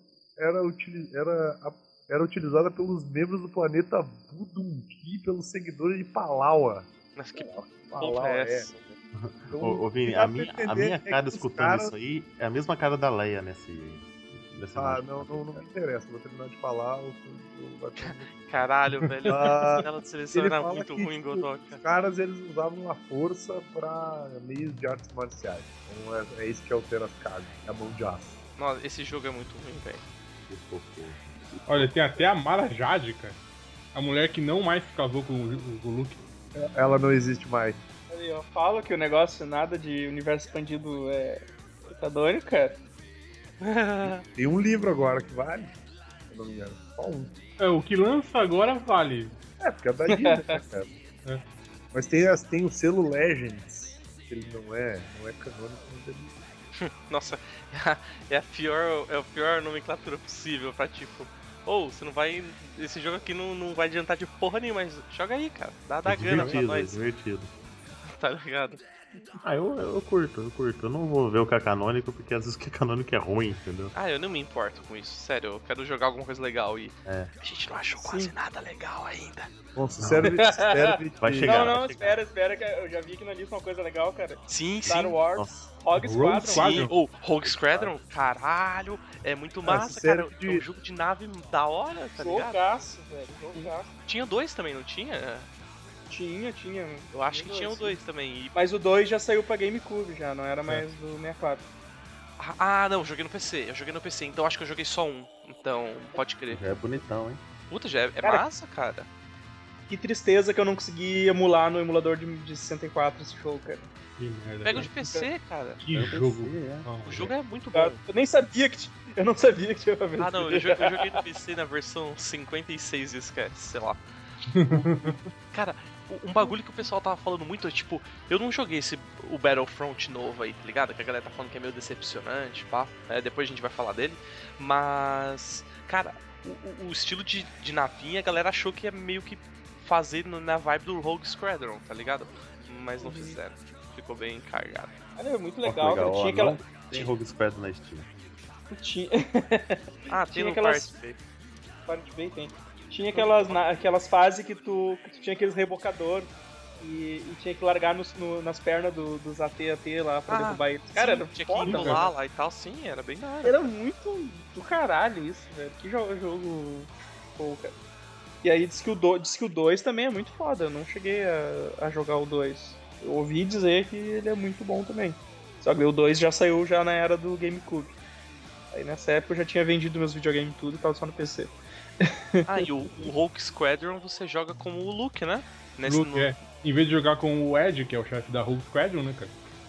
utilizada pelos membros do planeta Budunki, pelos seguidores de Palawa. Mas que Palawa, porra é essa? Então, Ô, Vini, dá a pra minha entender é cara que os escutando caras- isso aí é a mesma cara da Leia nesse Ah, vídeo. não me interessa, vou terminar de falar. Caralho, velho. Ah, Ela de seleção ele era fala muito que, ruim, tipo, Godoka. Os caras, eles usavam a força pra meios de artes marciais. Então é isso que é o Terascase, é a mão de aço. Nossa, esse jogo é muito ruim, velho. Que fofo. Olha, tem até a Mara Jade, cara. A mulher que não mais se casou com o Luke. Ela não existe mais. Aí, eu falo que o negócio nada de universo expandido é canônico, cara. Tem um livro agora que vale. Se eu não me engano. Só um. O que lança agora vale. Porque é da Disney, né, cara? É. Mas tem o selo Legends. Que ele não é canônico, mas ele... Nossa, é a pior nomenclatura possível pra tipo. Você não vai. Esse jogo aqui não vai adiantar de porra nenhuma, mas joga aí, cara. Dá grana pra nós. Divertido. Tá ligado? Eu curto. Eu não vou ver o que é canônico, porque às vezes o que é canônico é ruim, entendeu? Eu não me importo com isso, sério, eu quero jogar alguma coisa legal e. É. A gente não achou quase nada legal ainda. Nossa, serve Vai chegar. Não, espera, que eu já vi aqui na lista uma coisa legal, cara. Sim. Star Wars, Nossa. Rogue Squadron. Squadron. Sim, Rogue Squadron, caralho, é muito massa, cara. É um jogo de nave da hora, tá ligado? Jogaço, velho, jogaço. Tinha 2 também, não tinha? Tinha. Eu acho que tinha o 2 também. Mas o 2 já saiu pra GameCube, já, não era mais do 64. Não, eu joguei no PC, então acho que eu joguei só um. Então, pode crer. Já é bonitão, hein? Puta, já é Cara, massa, cara. Que tristeza que eu não consegui emular no emulador de 64 esse jogo, cara. Que merda. Pega o de PC, cara. Que jogo. O jogo é muito bom. Eu nem sabia que eu não sabia que tinha pra ver. Não, eu joguei no PC na versão 56 SKS, sei lá. Cara, um bagulho que o pessoal tava falando muito é tipo, eu não joguei o Battlefront novo aí, tá ligado? Que a galera tá falando que é meio decepcionante, pá. Depois a gente vai falar dele. Mas, cara, o estilo de navinha, a galera achou que ia meio que fazer na vibe do Rogue Squadron, tá ligado? Mas não fizeram. Ficou bem carregado. Cara, é muito legal, cara. Tinha aquela. Tem Rogue Squadron na Steam. Tinha. Tem no aquelas... Pirate Bay. Tem. Tinha aquelas fases que tu tinha aqueles rebocador e tinha que largar nas pernas dos AT lá pra derrubar eles. Cara, era tinha foda, que enrolar lá e tal, sim, era bem da hora. Era muito do caralho isso, velho. Que jogo pô, cara. E aí diz que o 2 também é muito foda. Eu não cheguei a jogar o 2. Eu ouvi dizer que ele é muito bom também. Só que o 2 já saiu já na era do GameCube. Aí nessa época eu já tinha vendido meus videogames tudo e tava só no PC. E o Rogue Squadron você joga como o Luke, né? Luke, Em vez de jogar com o Ed, que é o chefe da Rogue Squadron, né, cara?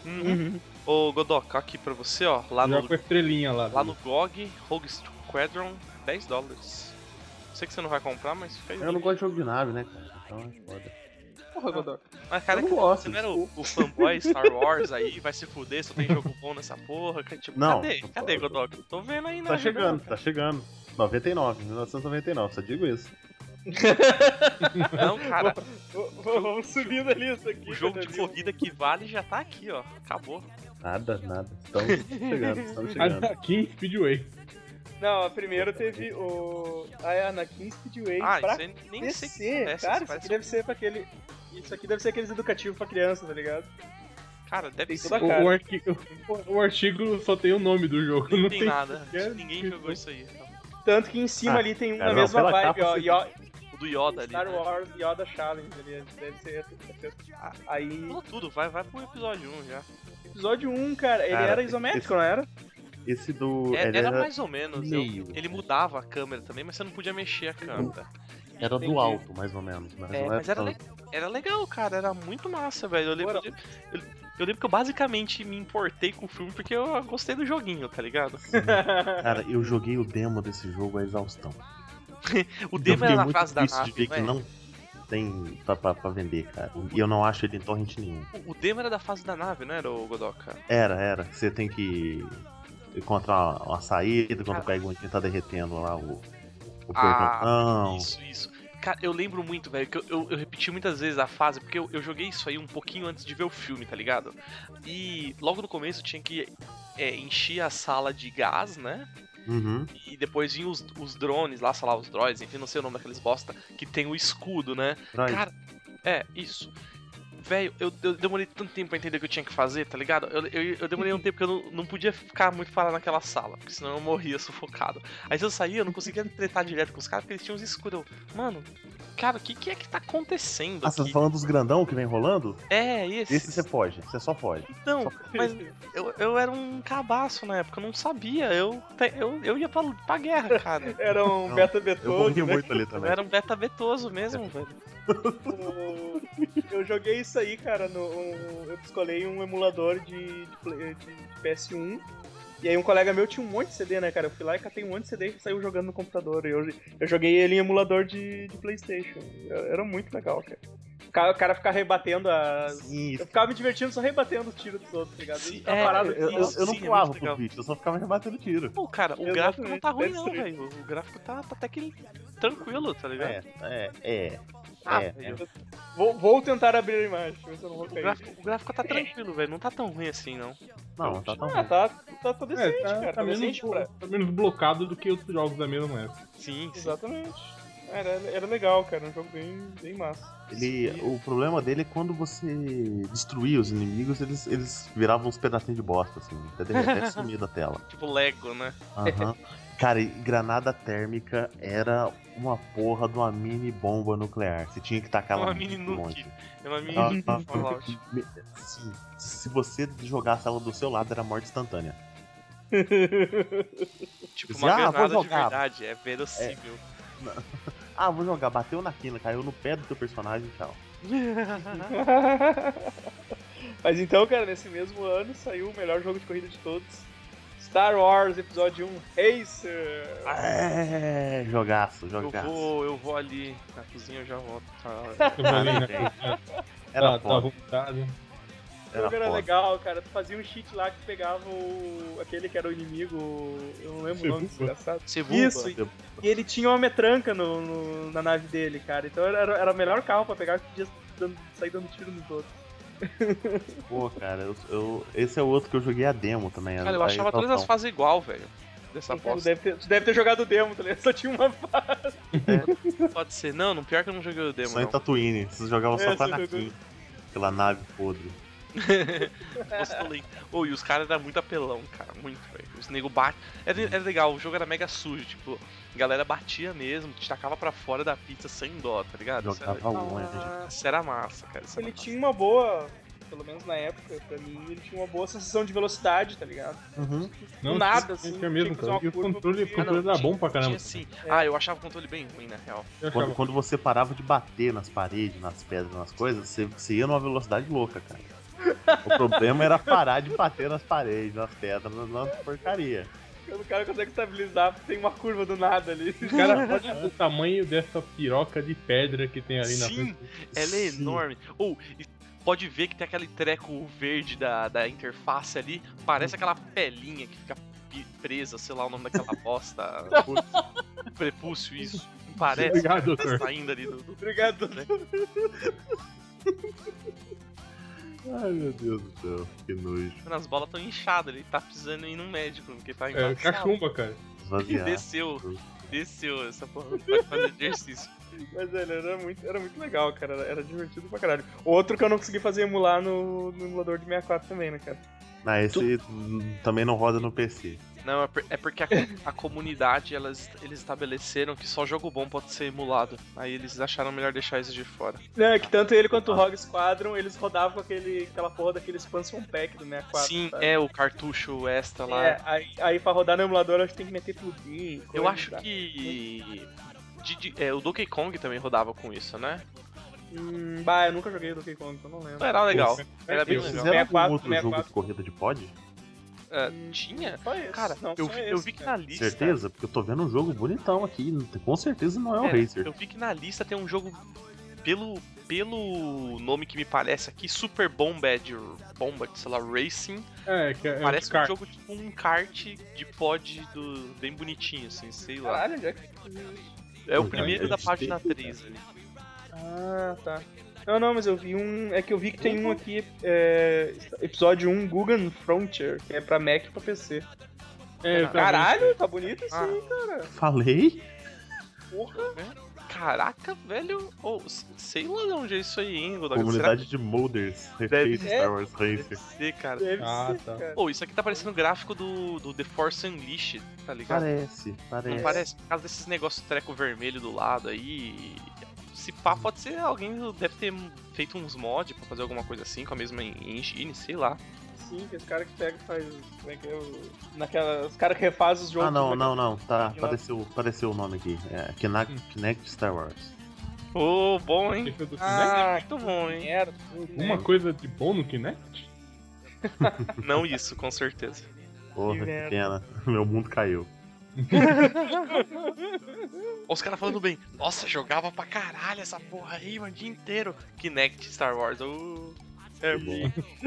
Ô, Godok, aqui pra você, ó. Joga com a estrelinha lá. Lá no GOG, Rogue Squadron, $10. Sei que você não vai comprar, mas fica aí. Eu não gosto de jogo de nave, né, cara? Então é foda. Porra, Godok. Mas, cara, eu não gosto, você não era o fanboy Star Wars aí, vai se fuder, só tem jogo bom nessa porra. Tipo, Não. Cadê, Godok? Tô vendo aí, né? Tá chegando. 1999, só digo isso. Não, cara. Vamos subir na lista aqui. O jogo de corrida que vale já tá aqui, ó. Acabou. Nada. Estamos chegando. Aqui, Speedway. Não, primeiro teve o Anakin Speedway pra isso aí nem sei PC. que acontece, Cara, isso aqui deve ser pra aquele... Isso aqui deve ser aqueles educativos pra criança, tá ligado? Cara, deve Tem ser. toda a cara. O artigo só tem o nome do jogo. Não Não tem tem nada. Ninguém jogou isso aí. Então. Tanto que em cima ali tem cara, na mesma pela vibe, capa ó. você- O do Yoda ali. Star Né? Wars Yoda Challenge ali, deve ser. Aí, Pulou tudo, vai pro episódio 1 já. episódio 1, cara, ele Cara, era isométrico, não era? Esse do. Era, ele mais ou menos. meio. Ele mudava a câmera também, mas você não podia mexer a câmera. Era Entendi. do alto, mais ou menos. Mas não Mas tão- era legal, cara. Era muito massa, velho. Eu lembro que eu basicamente me importei com o filme porque eu gostei do joguinho, tá ligado? Cara, eu joguei o demo desse jogo a exaustão. O demo Eu era fiquei na muito fase da triste nave, de ver que não é? não tem pra vender, cara. E eu não acho ele em torrent nenhum. O demo era da fase da nave, não era, o Godoka? Era. Você tem que encontrar uma saída quando Cara. pega onde tá derretendo lá o portão. Isso. Cara, eu lembro muito, velho, que eu repeti muitas vezes a fase, porque eu joguei isso aí um pouquinho antes de ver o filme, tá ligado? E logo no começo tinha que encher a sala de gás, né? Uhum. E depois vinham os drones lá, sei lá, os droids, enfim, não sei o nome daqueles bosta, que tem o escudo, né? Droid. Cara, isso. Velho, eu demorei tanto tempo pra entender o que eu tinha que fazer, tá ligado? Eu demorei um tempo que eu não podia ficar muito parado naquela sala, porque senão eu morria sufocado. Aí se eu saía, eu não conseguia tretar direto com os caras, porque eles tinham os escudos. Mano, cara, o que é que tá acontecendo Ah, você tá aqui? falando dos grandão que vem rolando? É, esse. Esse você foge, você só foge. Não, mas eu era um cabaço na época, eu não sabia. Eu ia pra guerra, cara. Era um Não, beta Eu betoso, morri né? muito ali Eu também. era um beta betoso mesmo, velho. Eu joguei isso aí, cara, eu escolhi um emulador de PS1. E aí um colega meu tinha um monte de CD, né, cara? Eu fui lá e catei um monte de CD e saiu jogando no computador. Eu joguei ele em emulador de Playstation. Era muito legal, cara. O cara ficava rebatendo Sim, Eu ficava me divertindo só rebatendo os tiros dos outros, tá ligado? Sim, Ficava parado eu aqui, não Sim, é pulava muito pro legal. bicho, eu só ficava rebatendo tiro. Pô, cara, o Exatamente, gráfico não tá ruim deve não, ser. velho. O gráfico tá até que tranquilo, tá ligado? É. Vou tentar abrir a imagem, ver se eu não vou cair. O gráfico tá tranquilo, velho. Não tá tão ruim assim, não. Não, tá tão Ah, ruim. tá decente, cara. Tá menos, decente pra... tá menos blocado do que outros jogos da mesma época. Sim, sim. Exatamente. Era legal, cara. Um jogo bem massa. O problema dele é quando você destruía os inimigos, eles viravam uns pedacinhos de bosta, assim, até sumir da tela. Tipo Lego, né? Aham. Cara, e granada térmica era uma porra de uma mini bomba nuclear. Você tinha que tacar Uma lá mini no nuke. monte. É uma mini Ah, Fallout. Sim, se você jogasse ela do seu lado, era morte instantânea. Tipo, Você, uma vou granada de jogar. verdade. É verossímil. Ah, vou jogar, bateu na quina, caiu no pé do teu personagem e tal. Mas então, cara, nesse mesmo ano saiu o melhor jogo de corrida de todos. Star Wars Episódio 1 Racer. É, jogaço. Eu vou ali na cozinha, eu já volto. Eu vou ali, né? Era Tá foda. O vontade. jogo era foda. legal, cara. Tu fazia um cheat lá que pegava aquele que era o inimigo. Eu não lembro o nome desse Cebuba. desgraçado. Cebuba. Isso, e ele tinha uma metranca na nave dele, cara. Então era o melhor carro pra pegar que podia sair dando tiro nos outros. Pô, cara, esse é o outro que eu joguei a demo também. Cara, eu a achava todas as fases igual, velho. Dessa Tu bosta. deve ter jogado o demo, tá ligado? Só tinha uma fase. Pode ser. Não, pior que eu não joguei o demo, Só em não. Tatooine, vocês jogavam só É, com a você Anakin. jogou. Aquela nave podre. E os caras eram muito apelão, cara. Muito, velho. Os nego bate. Era legal, o jogo era mega sujo, tipo, a galera batia mesmo, te tacava pra fora da pizza sem dó, tá ligado? Jogava longe. Isso era massa, cara. Isso era Ele massa. tinha uma boa, pelo menos na época, pra mim, ele tinha uma boa sensação de velocidade, tá ligado? Uhum. Não, nada, tinha- assim, tinha mesmo, tinha que fazer cara. uma E o curva controle porque- era bom pra caramba. Tinha sim. Ah, eu achava o controle bem ruim, na real. Eu achava. Quando você parava de bater nas paredes, nas pedras, nas coisas, você ia numa velocidade louca, cara. O problema era parar de bater nas paredes, nas pedras, nas porcaria. Quando o cara consegue estabilizar, tem uma curva do nada ali. Cara, olha o tamanho dessa piroca de pedra que tem ali na Sim, frente. ela é Sim. enorme. E pode ver que tem aquele treco verde da interface ali. Parece aquela pelinha que fica presa, sei lá o nome daquela bosta. Prepúcio, isso. Parece. Obrigado, que tá doutor. saindo ali do. Obrigado. Ai, meu Deus do céu, que nojo. Mano, as bolas tão inchadas, ele tá precisando ir num médico, porque tá É, embaçado. cachumba, cara. Esvaziar. Desceu essa porra, não pode fazer exercício. Mas, velho, era muito legal, cara. Era divertido pra caralho. Outro que eu não consegui fazer emular no emulador de 64 também, né, cara? Ah, esse também não roda no PC. Não, é porque a comunidade, eles estabeleceram que só jogo bom pode ser emulado. Aí eles acharam melhor deixar isso de fora. É, que tanto ele quanto o Rogue Squadron, eles rodavam com aquela porra daquele expansion pack do 64. Sim, sabe? é o cartucho extra lá. É, aí pra rodar no emulador, acho que tem que meter plugin. Eu coisa, acho tá? que. O Donkey Kong também rodava com isso, né? Bah, eu nunca joguei o Donkey Kong, então não lembro. Era legal. Era bem Eu legal. Fizeram algum 64, outro jogo 64. de corrida de pod? Tinha? Só esse. Cara, Não, eu só vi, esse, eu vi que cara. na lista. Certeza? Porque eu tô vendo um jogo bonitão aqui. Com certeza não é o É, Racer. eu vi que na lista tem um jogo pelo nome que me parece aqui, Super Bombad, sei lá, Racing. É, que é Parece kart. um jogo tipo um kart de pod bem bonitinho, assim, sei lá. Caralho, onde é que... É o Pô, primeiro é da de página ter, 3 ali. Ah, tá. Não, mas eu vi um... É que eu vi que tem um aqui, episódio 1, Guggen Frontier, que é pra Mac e pra PC. É, eu tava Caralho, tá bonito isso Ah. aí, cara. Falei? Porra. Caraca, velho. Sei lá de onde é isso aí, hein, Godog? Comunidade de modders. Deve Refeito ser. Star Wars Deve Racer. ser, cara. Deve Ah, ser, tá. cara. Pô, isso aqui tá parecendo o gráfico do The Force Unleashed, tá ligado? Parece. Não parece? Por causa desses negócios treco vermelho do lado aí. Se pá, pode ser alguém deve ter feito uns mods pra fazer alguma coisa assim, com a mesma engine, sei lá. Sim, que esse cara que pega e faz. Como é que é? Os caras que refazem os jogos. Ah, não. Tá, apareceu o nome aqui. É Kinect Star Wars. Ô, bom, hein? Esse é do Ah, Kinect? Muito bom, hein? Era, Uma coisa de bom no Kinect? Não isso, com certeza. Porra, Que que merda. pena. Meu mundo caiu. Os caras falando bem. Nossa, jogava pra caralho essa porra aí, mano, o dia inteiro. Kinect Star Wars. É bom.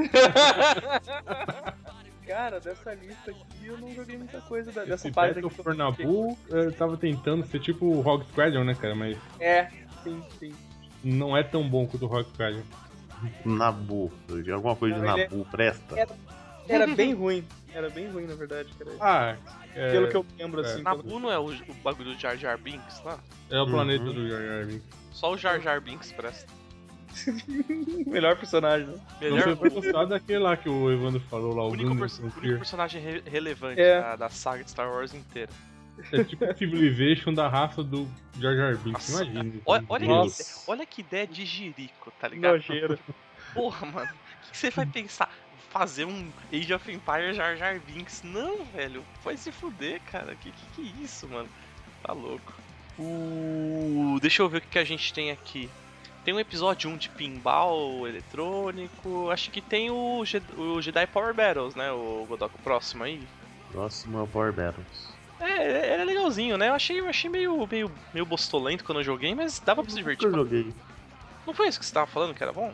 Cara, dessa lista aqui eu não joguei muita coisa dessa Esse página Battle aqui. for Naboo tava tentando ser tipo o Rogue Squadron, né, cara? Mas É, sim. não é tão bom quanto o Rogue Squadron. Nabu. Alguma coisa de Não, ele Nabu presta? Era bem ruim. Era bem ruim, na verdade, cara. Ah, Pelo que eu lembro, assim. pelo- Nabu não é o bagulho do Jar Jar Binks lá? é o planeta Uhum. do Jar Jar Binks. Só o Jar Jar Binks presta. Melhor personagem, né? Não Melhor, sei se eu gostar daquele lá que o Evandro falou lá, o único, Gungan único Frontier. personagem relevante É. da saga de Star Wars inteira. É tipo o Civilization da raça do Jar Jar Binks, Nossa, imagina. Olha que ideia de jirico, tá ligado? Nojeiro. Porra, mano, o que você vai pensar? Fazer um Age of Empires Jar Jar Binks? Não, velho, vai se fuder, cara. Que é isso, mano? Tá louco. Deixa eu ver o que a gente tem aqui. Tem um episódio 1 de pinball eletrônico. Acho que tem o Jedi Power Battles, né? O Godok próximo aí. Próximo é o Power Battles. Era legalzinho, né? Eu achei meio bostolento quando eu joguei, mas dava pra se divertir. Eu joguei. Não foi isso que você tava falando que era bom?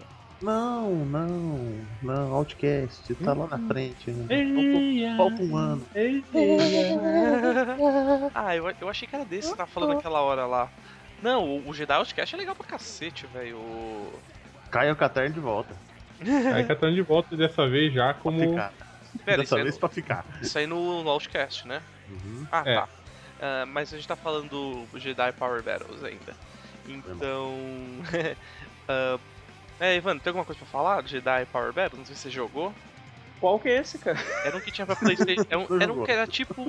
Não, Outcast, tá lá na frente. Ei, Falta um ano. Ah, eu achei que era desse que você tava falando naquela hora lá. Não, o Jedi Outcast é legal pra cacete, velho. Caio Catarn de volta. Aí catando de volta dessa vez já Pra como. ficar. Pera, isso Dessa aí, vez pra ficar. isso aí no Outcast, né? Uhum. Ah, É. tá. Mas a gente tá falando do Jedi Power Battles ainda. Então. Ivan, tem alguma coisa pra falar do Jedi Power Battles? Não sei se você jogou. Qual que é esse, cara? Era um que tinha pra Playstation. Era um jogou. que era tipo.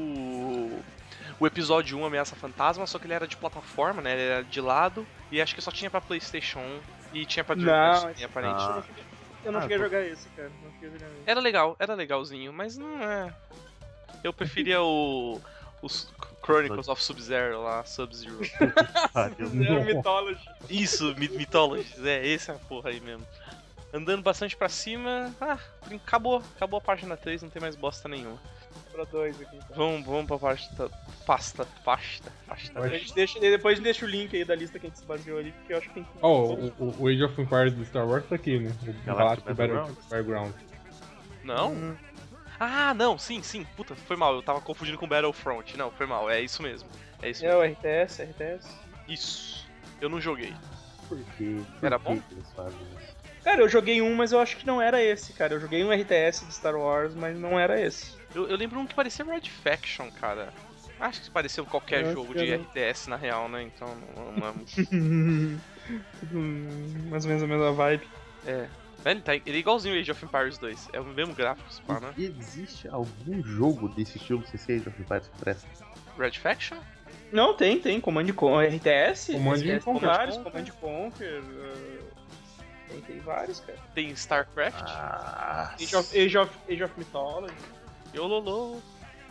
O episódio 1 Ameaça Fantasma, só que ele era de plataforma, né? Ele era de lado. E acho que só tinha pra Playstation 1 e tinha pra Dreamcast também, aparentemente. Eu não Ah, cheguei a pô. jogar esse, cara. Não cheguei a jogar esse. Era legalzinho, mas não é. Eu preferia os Chronicles of Sub-Zero lá, Sub-Zero. Era Mythology. Isso, Mythologies, esse é a porra aí mesmo. Andando bastante pra cima, acabou a página 3, não tem mais bosta nenhuma. Pra 2 aqui. Vamos pra pasta. Depois a gente deixa o link aí da lista que a gente se baseou ali, porque eu acho que tem que. Ó, o Age of Empires do Star Wars tá aqui, né? O Galactic Battleground. Não? Ah, não, sim, puta, foi mal, eu tava confundindo com Battlefront. Não, foi mal, é isso mesmo. É isso É mesmo. o RTS. Isso. Eu não joguei. Por quê? Era Por bom? que eles fazem isso? Cara, eu joguei um, mas eu acho que não era esse, cara. Eu joguei um RTS de Star Wars, mas não era esse. Eu lembro um que parecia Red Faction, cara. Acho que parecia qualquer Eu jogo acho que de era. RTS na real, né? Então não Mais ou menos a mesma vibe. é. Ele é igualzinho ao Age of Empires 2. É o mesmo gráfico, se pá, né? Existe algum jogo desse estilo sem ser Age of Empires que presta? Red Faction? Não, tem. Command Conquer. RTS? Command RTS, tem Conquer. vários. Command Conquer. Tem vários, cara. Tem StarCraft? Ah, Age of Mythology. Yololo.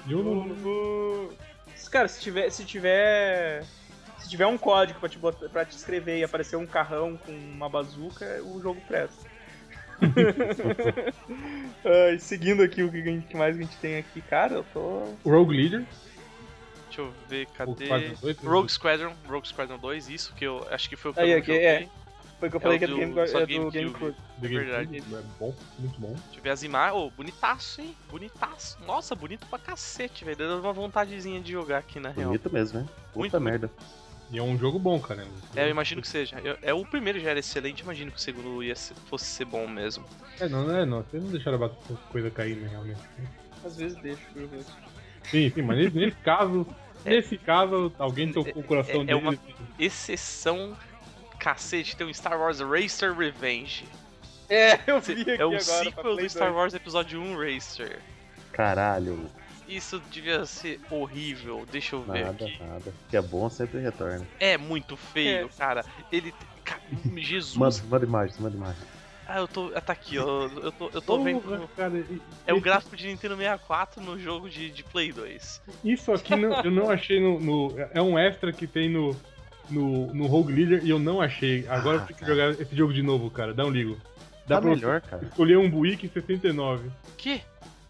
Cara, se tiver um código pra te escrever e aparecer um carrão com uma bazuca, o jogo presta. Seguindo aqui o que mais a gente tem aqui, cara, eu tô. O Rogue Leader. Deixa eu ver, O cadê? Squadron 2, Rogue Squadron 2, isso que eu acho que foi o que Aí, eu aqui, joguei. Foi o que eu É falei o que é do GameCube. GameCube. The verdade. GameCube, É bom, muito bom. Deixa eu ver as imagens. Ô, bonitaço, hein? Bonitaço. Nossa, bonito pra cacete, velho. Deu uma vontadezinha de jogar aqui, na real. bonito mesmo, hein? Puta Muito merda. E é um jogo bom, cara. Eu imagino que seja. O primeiro já era excelente, imagino que o segundo fosse ser bom mesmo. Não. Vocês não deixaram a coisa cair, né, realmente. Às vezes deixa, viu? Sim, mas nesse caso. Nesse caso, alguém tocou o coração é dele. uma- Exceção. Cacete, tem um Star Wars Racer Revenge. É, eu vi aqui É um agora. pra sequel Play do Star 2. Wars Episódio 1 Racer. Caralho. Isso devia ser horrível. Deixa eu ver Nada, aqui. nada. Que é bom sempre retorna. É muito feio, cara. Ele. Jesus. Manda imagem. Ah, tá aqui, ó. Eu tô vendo. Porra, cara, É o gráfico de Nintendo 64 no jogo de Play 2. Isso aqui eu não achei é um extra que tem no Rogue Leader e eu não achei. Agora eu tenho que jogar esse jogo de novo, cara. Dá um ligo. Dá Tá pra melhor, cara. escolher um Buick 69. Que?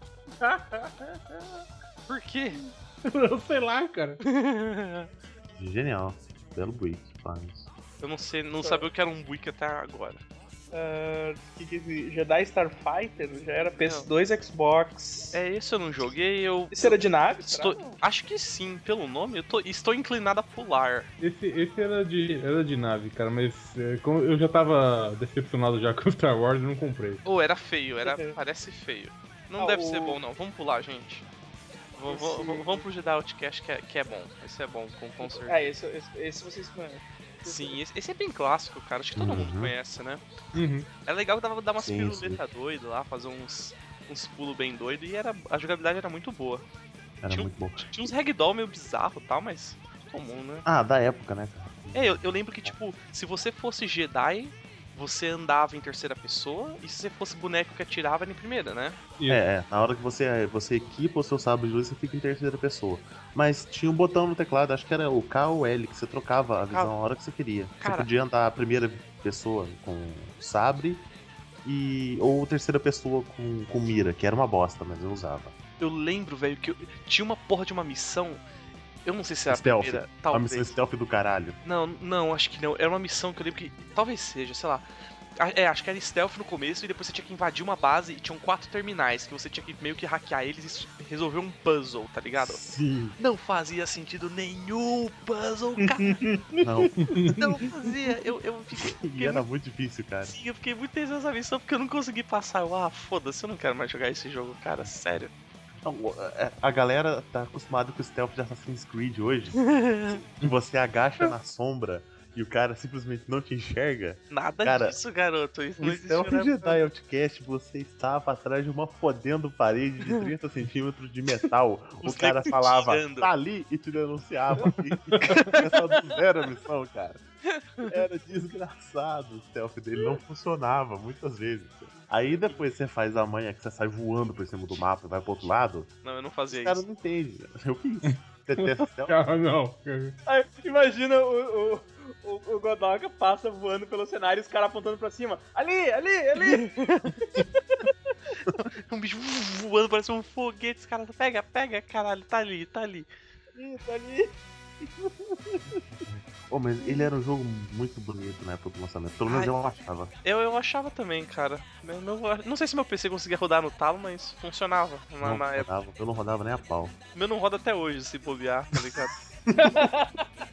Por quê? Eu sei lá, cara. Genial. Belo Buick, faz. Eu não sabia o que era um Buick até agora. Jedi Starfighter já era PS2 Xbox. É, esse eu não joguei, Esse era de nave? Acho que sim, pelo nome, estou inclinado a pular. Esse era de nave, cara, mas como eu já tava decepcionado já com Star Wars, eu não comprei. Era feio, parece feio. Não deve ser bom, não. Vamos pular, gente. Vamos pro Jedi Outcast, que é bom. Esse é bom, com certeza. Esse vocês conhecem. Sim, esse é bem clássico, cara. Acho que todo mundo conhece, né? Uhum. É legal que dava pra dar umas Sim, piruletas doidas lá, fazer uns pulos bem doidos e a jogabilidade era muito boa. Era muito bom. Tinha uns ragdoll meio bizarro e tal, mas comum, né? Ah, da época, né, cara? Eu lembro que, tipo, se você fosse Jedi, você andava em terceira pessoa, e se você fosse boneco que atirava, era em primeira, né? Na hora que você equipa o seu sabre de luz, você fica em terceira pessoa. Mas tinha um botão no teclado, acho que era o K ou L, que você trocava a visão a hora que você queria. Cara, você podia andar a primeira pessoa com sabre, ou terceira pessoa com mira, que era uma bosta, mas eu usava. Eu lembro, velho, que tinha uma porra de uma missão. Eu não sei se era Stealth. a primeira. A Talvez. missão stealth do caralho. Não, acho que não. Era uma missão que eu lembro que. Talvez seja, sei lá. Acho que era stealth no começo e depois você tinha que invadir uma base e tinham 4 terminais que você tinha que meio que hackear eles e resolver um puzzle, tá ligado? Sim. Não fazia sentido nenhum o puzzle, cara. Não. Não fazia. Eu fiquei E era muito difícil, cara. Sim, eu fiquei muito tenso nessa missão porque eu não consegui passar. Foda-se, eu não quero mais jogar esse jogo, cara, sério. Não, a galera tá acostumada com o stealth de Assassin's Creed hoje. Que você agacha na sombra e o cara simplesmente não te enxerga. Nada disso, garoto. Isso O não stealth existe, de Jedi Outcast, você estava atrás de uma fodendo parede de 30 centímetros de metal. O cara falava, tá ali, e te denunciava. E só do zero a missão, cara. Era desgraçado. O stealth dele não funcionava muitas vezes. Aí depois você faz a manha que você sai voando por cima do mapa e vai pro outro lado. Não, eu não fazia Os caras isso. não entendem. Eu fiz. Você testa stealth? Ah, não. Aí, imagina o Godoka passa voando pelo cenário e os caras apontando pra cima. Ali! Um bicho voando, parece um foguete. Os caras, pega, caralho, tá ali. Tá ali. Mas ele era um jogo muito bonito na época do lançamento. Pelo menos eu achava. Eu achava também, cara. Não sei se meu PC conseguia rodar no talo, mas funcionava na época. Eu não rodava nem a pau. O meu não roda até hoje, se bobear, tá ligado?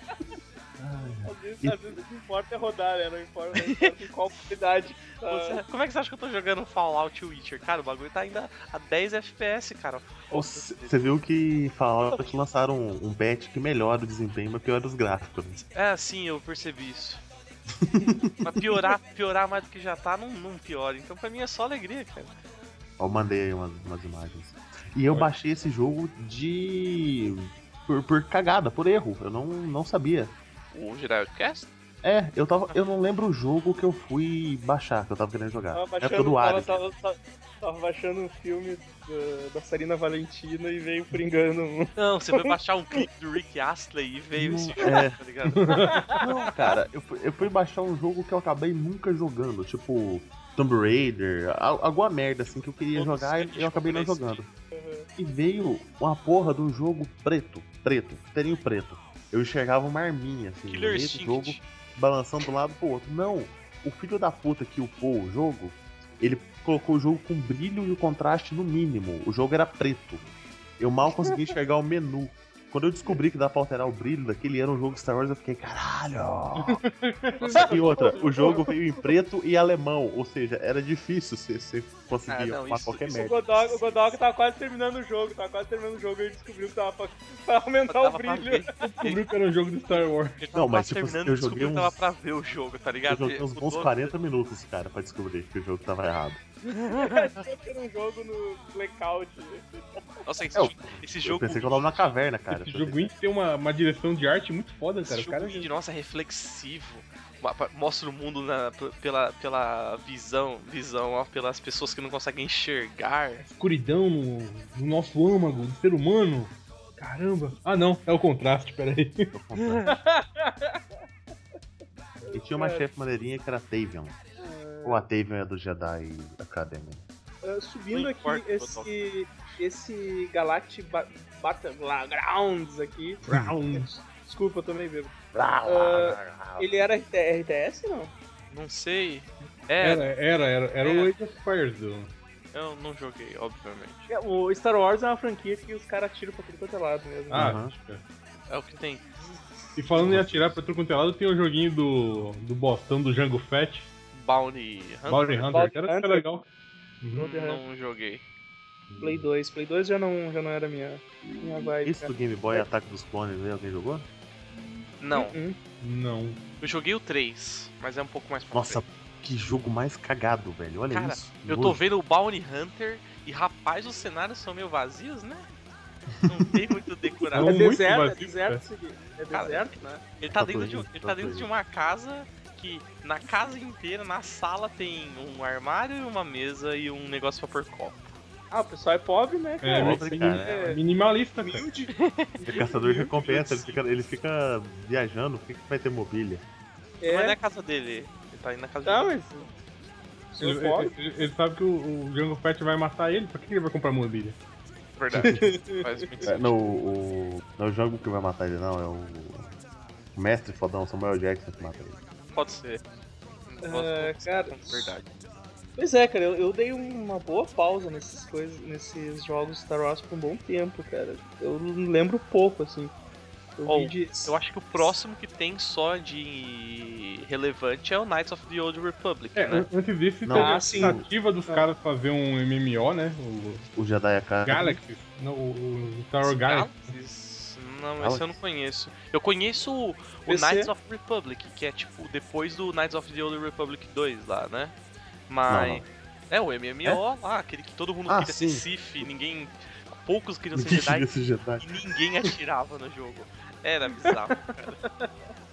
Às vezes o que importa é rodar, né? Não importa em qual qualidade. Como é que você acha que eu tô jogando Fallout e Witcher? Cara, o bagulho tá ainda a 10 FPS, cara. Você viu que Fallout lançaram um patch que melhora o desempenho, mas piora os gráficos. Né? Sim, eu percebi isso. Mas piorar mais do que já tá, não piora. Então pra mim é só alegria, cara. Eu mandei aí umas imagens. E eu baixei esse jogo por cagada, por erro. Eu não sabia. O Jedi Outcast? Eu não lembro o jogo que eu fui baixar, que eu tava querendo jogar. Tava baixando um filme da Sarina Valentina e veio por engano. Não, você foi baixar um clipe do Rick Astley e veio esse jogo, tá ligado? Não, cara, eu fui baixar um jogo que eu acabei nunca jogando, tipo Tomb Raider, alguma merda assim que eu queria jogar e eu acabei não jogando. E veio uma porra de um jogo preto, teria preto. Eu enxergava uma arminha assim, no meio do jogo, balançando de um lado pro outro. Não, o filho da puta que upou o jogo, ele colocou o jogo com brilho e o contraste no mínimo. O jogo era preto. Eu mal conseguia enxergar o menu. Quando eu descobri que dá pra alterar o brilho daquele era um jogo Star Wars, eu fiquei, caralho! E outra, o jogo veio em preto e alemão, ou seja, era difícil você conseguir arrumar qualquer merda. O Godoka tava quase terminando o jogo, e ele descobriu que tava pra aumentar o brilho. Descobriu que era um jogo de Star Wars. Não, mas tipo, eu joguei tava pra ver o jogo, tá ligado? Eu joguei uns bons 40 minutos, cara, pra descobrir que o jogo tava errado. Achou que era um jogo no Blackout. Nossa, esse Eu jogo. pensei que eu tava na caverna, cara. Esse joguinho tem uma direção de arte muito foda, cara. Esse O cara jogo de nossa é reflexivo. Mostra o mundo pela visão, ó, pelas pessoas que não conseguem enxergar. escuridão no nosso âmago do ser humano. Caramba. Ah, não, é o contraste, peraí. E tinha uma chefe maneirinha que era a Tavion. Ou a Tavion é do Jedi Academy. Subindo Não aqui, importa, esse Galactic Battlegrounds aqui. Rounds. Desculpa, eu tô meio bêbado. Ele era RTS, não? Não sei. Era o Age of Empires do... Eu não joguei, obviamente. O Star Wars é uma franquia que os caras atiram pra tudo quanto é lado mesmo. Ah, Uhum. acho que é. É o que tem. E falando em atirar pra tudo quanto é lado, tem o joguinho do bostão do Jango Fett, Bounty Hunter. Bounty Hunter, Bounty que era super Hunter. legal. Não joguei. Play 2 já não era minha vibe. Isso do Game Boy Ataque dos Clones aí, alguém jogou? Não. Não. Eu joguei o 3, mas é um pouco mais pra Nossa, frente. que jogo mais cagado, velho. Olha Cara, isso. eu tô vendo o Bounty Hunter e, rapaz, os cenários são meio vazios, né? Não tem muito decorado. É Muito deserto, vazio, isso aqui. É Cara, deserto, né? Ele tá Tá dentro, doido, ele tá tá dentro doido. de uma casa que, na casa inteira, na sala, tem um armário, uma mesa e um negócio pra pôr copo. Ah, o pessoal é pobre, né, É, cara? Pobre, cara. minimalista, cara. Humilde. É caçador de recompensa, ele fica viajando, por que vai ter mobília? Mas não é É, a casa dele. Ele tá indo na casa não, dele. mas... Ele, Sou pobre. ele sabe que o Jango Fett vai matar ele, pra que ele vai comprar mobília? Verdade. Faz muito É, sentido. não é o jogo que vai matar ele, não. É o mestre fodão, Samuel Jackson que mata ele. Pode ser. Cara, Verdade. Pois é, cara, eu dei uma boa pausa nesses jogos Star Wars por um bom tempo, cara. Eu lembro pouco, assim. Eu acho que o próximo que tem só de relevante é o Knights of the Old Republic, né? Antes disso, Não, teve a sim. tentativa dos caras fazer um MMO, né? O O Jedi Academy. Galaxy. Não, o Star Wars Galaxy. Galaxies? Não, esse Galaxy. eu não conheço. Eu conheço o PC? Knights of the Republic, que é tipo depois do Knights of the Old Republic 2 lá, né? Mas. Não. É o MMO lá, aquele que todo mundo queria ser sim. Sith, ninguém. Poucos queriam ser Ninguém Jedi queria ser Jedi. e ninguém atirava no jogo. Era bizarro, cara.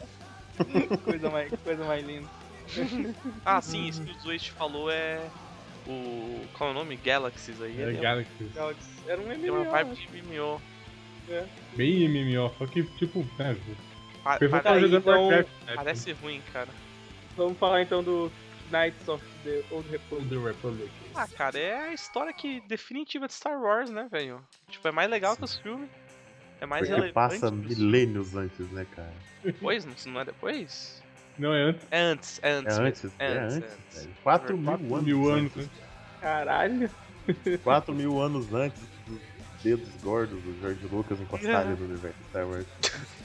coisa mais linda. Ah, sim, isso que o Zoist falou é. O. Qual é o nome? Galaxies aí. É Ele Galaxy. Era um tem uma MMO, vibe né? de MMO. Bem MMO, só que tipo, né? Pa- O pessoal pa- tava jogando então, Warcraft, né? Parece ruim, cara. Vamos falar então do Knights of the Old Republic. The Republic. Ah, cara, é a história que definitiva de Star Wars, né, velho? Tipo, é mais legal que os filmes. É mais Porque relevante. passa que os milênios antes, né, cara? Depois? Não é depois? Não, é antes. É antes, é antes. É mesmo. antes, velho. 4 mil anos Né? antes. Caralho. 4 mil anos antes dos dedos gordos do George Lucas encostarem no universo de Star Wars.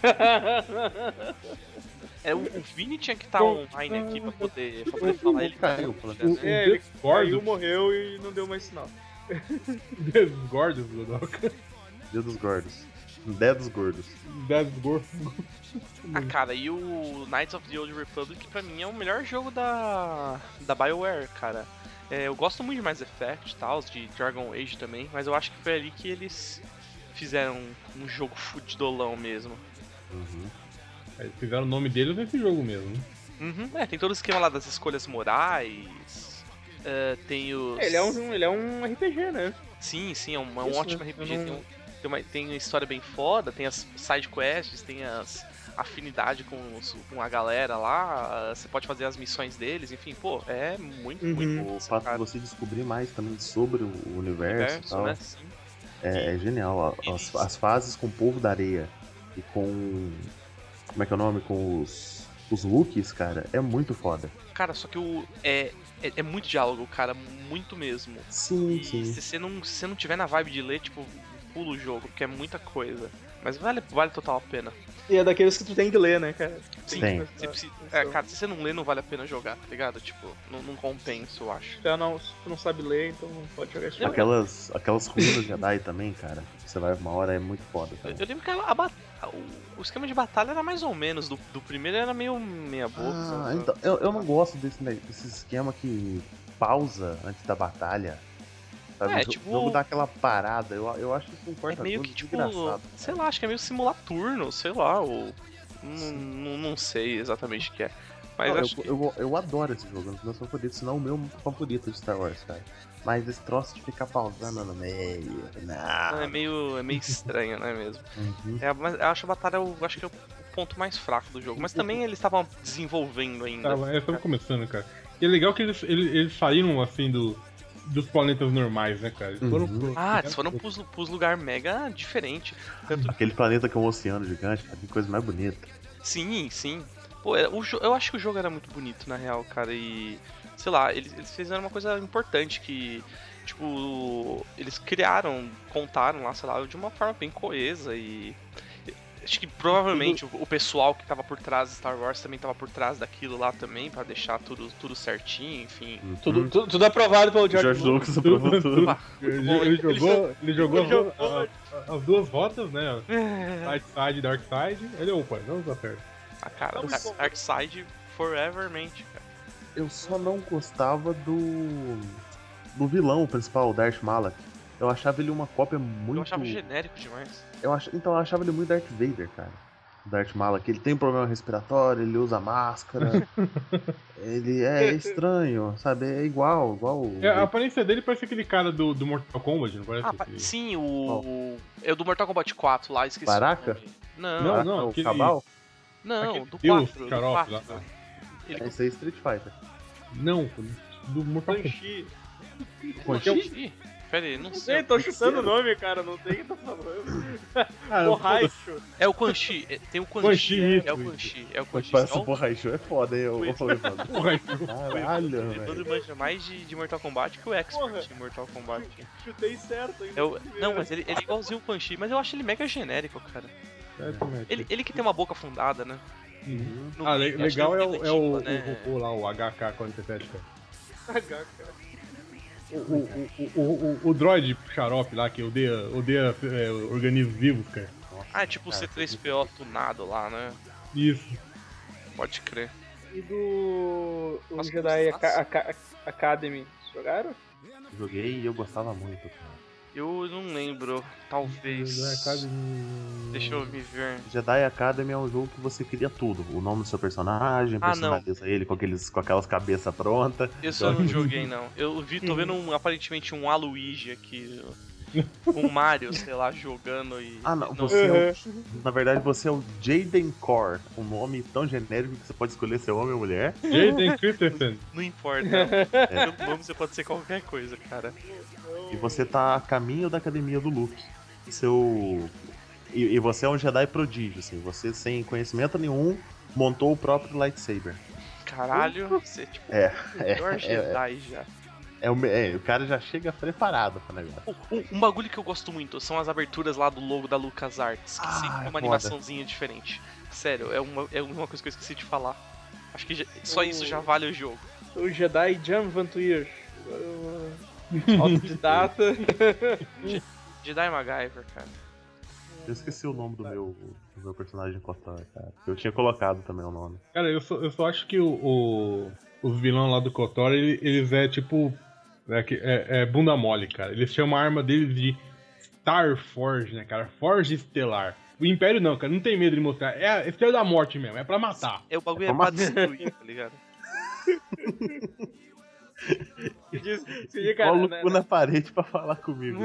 É, o Vini tinha que estar online aqui pra poder falar ele. Caiu, O É, ele Dedos caiu, gordos. morreu e não deu mais sinal. Dedos gordos, Godoka. Dedos gordos. Dedos gordos. Dedos gordos. Ah, cara, e o Knights of the Old Republic pra mim é o melhor jogo da BioWare, cara. É, eu gosto muito de Mass Effect e tal, de Dragon Age também, mas eu acho que foi ali que eles fizeram um jogo fudidolão mesmo. Uhum. Eles fizeram o nome deles nesse jogo mesmo, né? Uhum, é, tem todo o esquema lá das escolhas morais, tem os... Ele é um RPG, né? Sim, é um Isso, ótimo eu RPG, não- tem uma história bem foda, tem as side quests, tem as afinidade com a galera lá, você pode fazer as missões deles, enfim, pô, é muito Uhum. O fato de você descobrir mais também sobre o universo e tal, né? Sim. é genial. As fases com o povo da areia e com... Como é que é o nome? Com os Wookiees, cara, é muito foda. Cara, só que é muito diálogo, cara, muito mesmo. Sim, E sim. se você não tiver na vibe de ler, tipo, pula o jogo, porque é muita coisa. Mas vale total a pena. E é daqueles que tu tem que ler, né, cara? Tem. Cara, se você não lê, não vale a pena jogar, tá ligado? Tipo, não compensa, eu acho. Se tu não sabe ler, então não pode jogar esse jogo. Aquelas ruínas Jedi também, cara. Você vai uma hora, é muito foda, cara. Eu lembro que o esquema de batalha era mais ou menos, do primeiro era meio meia boca. Então, eu não gosto desse esquema que pausa antes da batalha. Sabe? O jogo dá aquela parada, eu acho isso um corta meio que, tipo, desgraçado. sei lá, acho que é meio simular turno, sei lá, ou... Não sei exatamente o que é. Mas não, acho que... eu adoro esse jogo, é um dos meus favoritos, se não o meu favorito de Star Wars, cara. Mas esse troço de ficar pausando no meio, não. É meio estranho, né, mesmo? Uhum. Mas eu acho a batalha, acho que é o ponto mais fraco do jogo. Mas também eles estavam desenvolvendo ainda. Estamos começando, cara. E é legal que eles saíram, assim, dos planetas normais, né, cara? Eles foram pros lugares mega diferente. Aquele planeta que é um oceano gigante, cara, que coisa mais bonita. Sim. Pô, eu acho que o jogo era muito bonito, na real, cara, e... Sei lá, eles fizeram uma coisa importante que... Tipo, eles contaram lá, sei lá, de uma forma bem coesa e... Acho que provavelmente o pessoal que tava por trás de Star Wars também tava por trás daquilo lá também, pra deixar tudo certinho, enfim. Tudo aprovado pelo George Lucas. Aprovou tudo. Ele jogou as duas rotas, né? Light Side e Dark Side. Ele, opa, não dá certo. Cara, Dark Side forevermente, cara. Eu só não gostava do vilão principal, o Darth Malak. Eu achava ele uma cópia muito... Eu achava genérico demais. Então eu achava ele muito Darth Vader, cara. O Darth Malak, ele tem problema respiratório, ele usa máscara. Ele é estranho, sabe? É igual a aparência dele parece aquele cara do Mortal Kombat, não parece? Sim, é o do Mortal Kombat 4 lá, esqueci. Baraka? O nome. Não, o Cabal? Não, do Deus, 4. xarope lá. Esse aí é Street Fighter. Não, do Mortal Kombat. Quan-Chi? Pera aí, não sei. Tô chutando o nome, cara, não sei o que tá falando. Borracho. É o Quan-Chi, tem o Quan-Chi, é o Quan-Chi. Essa Borracho é foda, hein? Eu falei, mano. Caralho, velho. Todo manja mais de Mortal Kombat que o expert em Mortal Kombat. Chutei certo ainda. Não, mas ele é igualzinho o Quan-Chi, mas eu acho ele mega genérico, cara. Ele que tem uma boca afundada, né? Legal é o robô lá, o HK-47, cara. HK. O droid xarope lá que odeia organismos vivos, cara. É tipo o C3PO tunado lá, né? Isso. Pode crer. E do Jedi Academy, jogaram? Joguei e eu gostava muito, cara. Eu não lembro, talvez. Deixa eu me ver. Jedi Academy é um jogo que você cria tudo. O nome do seu personagem, personaliza ele com aquelas cabeças prontas. Esse eu não joguei, não. Tô vendo aparentemente um Aloy aqui. Um Mario, sei lá, jogando e... não, na verdade você é o Jaden Core, um nome tão genérico que você pode escolher ser homem ou mulher. Jaden Christensen. Não importa. Pelo nome você pode ser qualquer coisa, cara. E você tá a caminho da academia do Luke. E você é um Jedi prodígio, assim. Você, sem conhecimento nenhum, montou o próprio lightsaber. Caralho, você tipo o melhor Jedi já. O cara já chega preparado pro negócio. Um bagulho que eu gosto muito são as aberturas lá do logo da LucasArts, que sempre tem uma animaçãozinha diferente. Sério, é uma coisa que eu esqueci de falar. Acho que só isso já vale o jogo. O Jedi Jam Vantuir. Autodidata. Jedi MacGyver, cara. Eu esqueci o nome do meu personagem KOTOR, cara. Eu tinha colocado também o nome. Cara, eu só acho que os vilões lá do KOTOR, eles é tipo... É bunda mole, cara. Eles chamam a arma deles de Star Forge, né, cara? Forge estelar. O Império não, cara. Não tem medo de mostrar. É a Estrela da Morte mesmo. É pra matar. O bagulho é pra destruir, tá ligado? Olha o cu na parede pra falar comigo.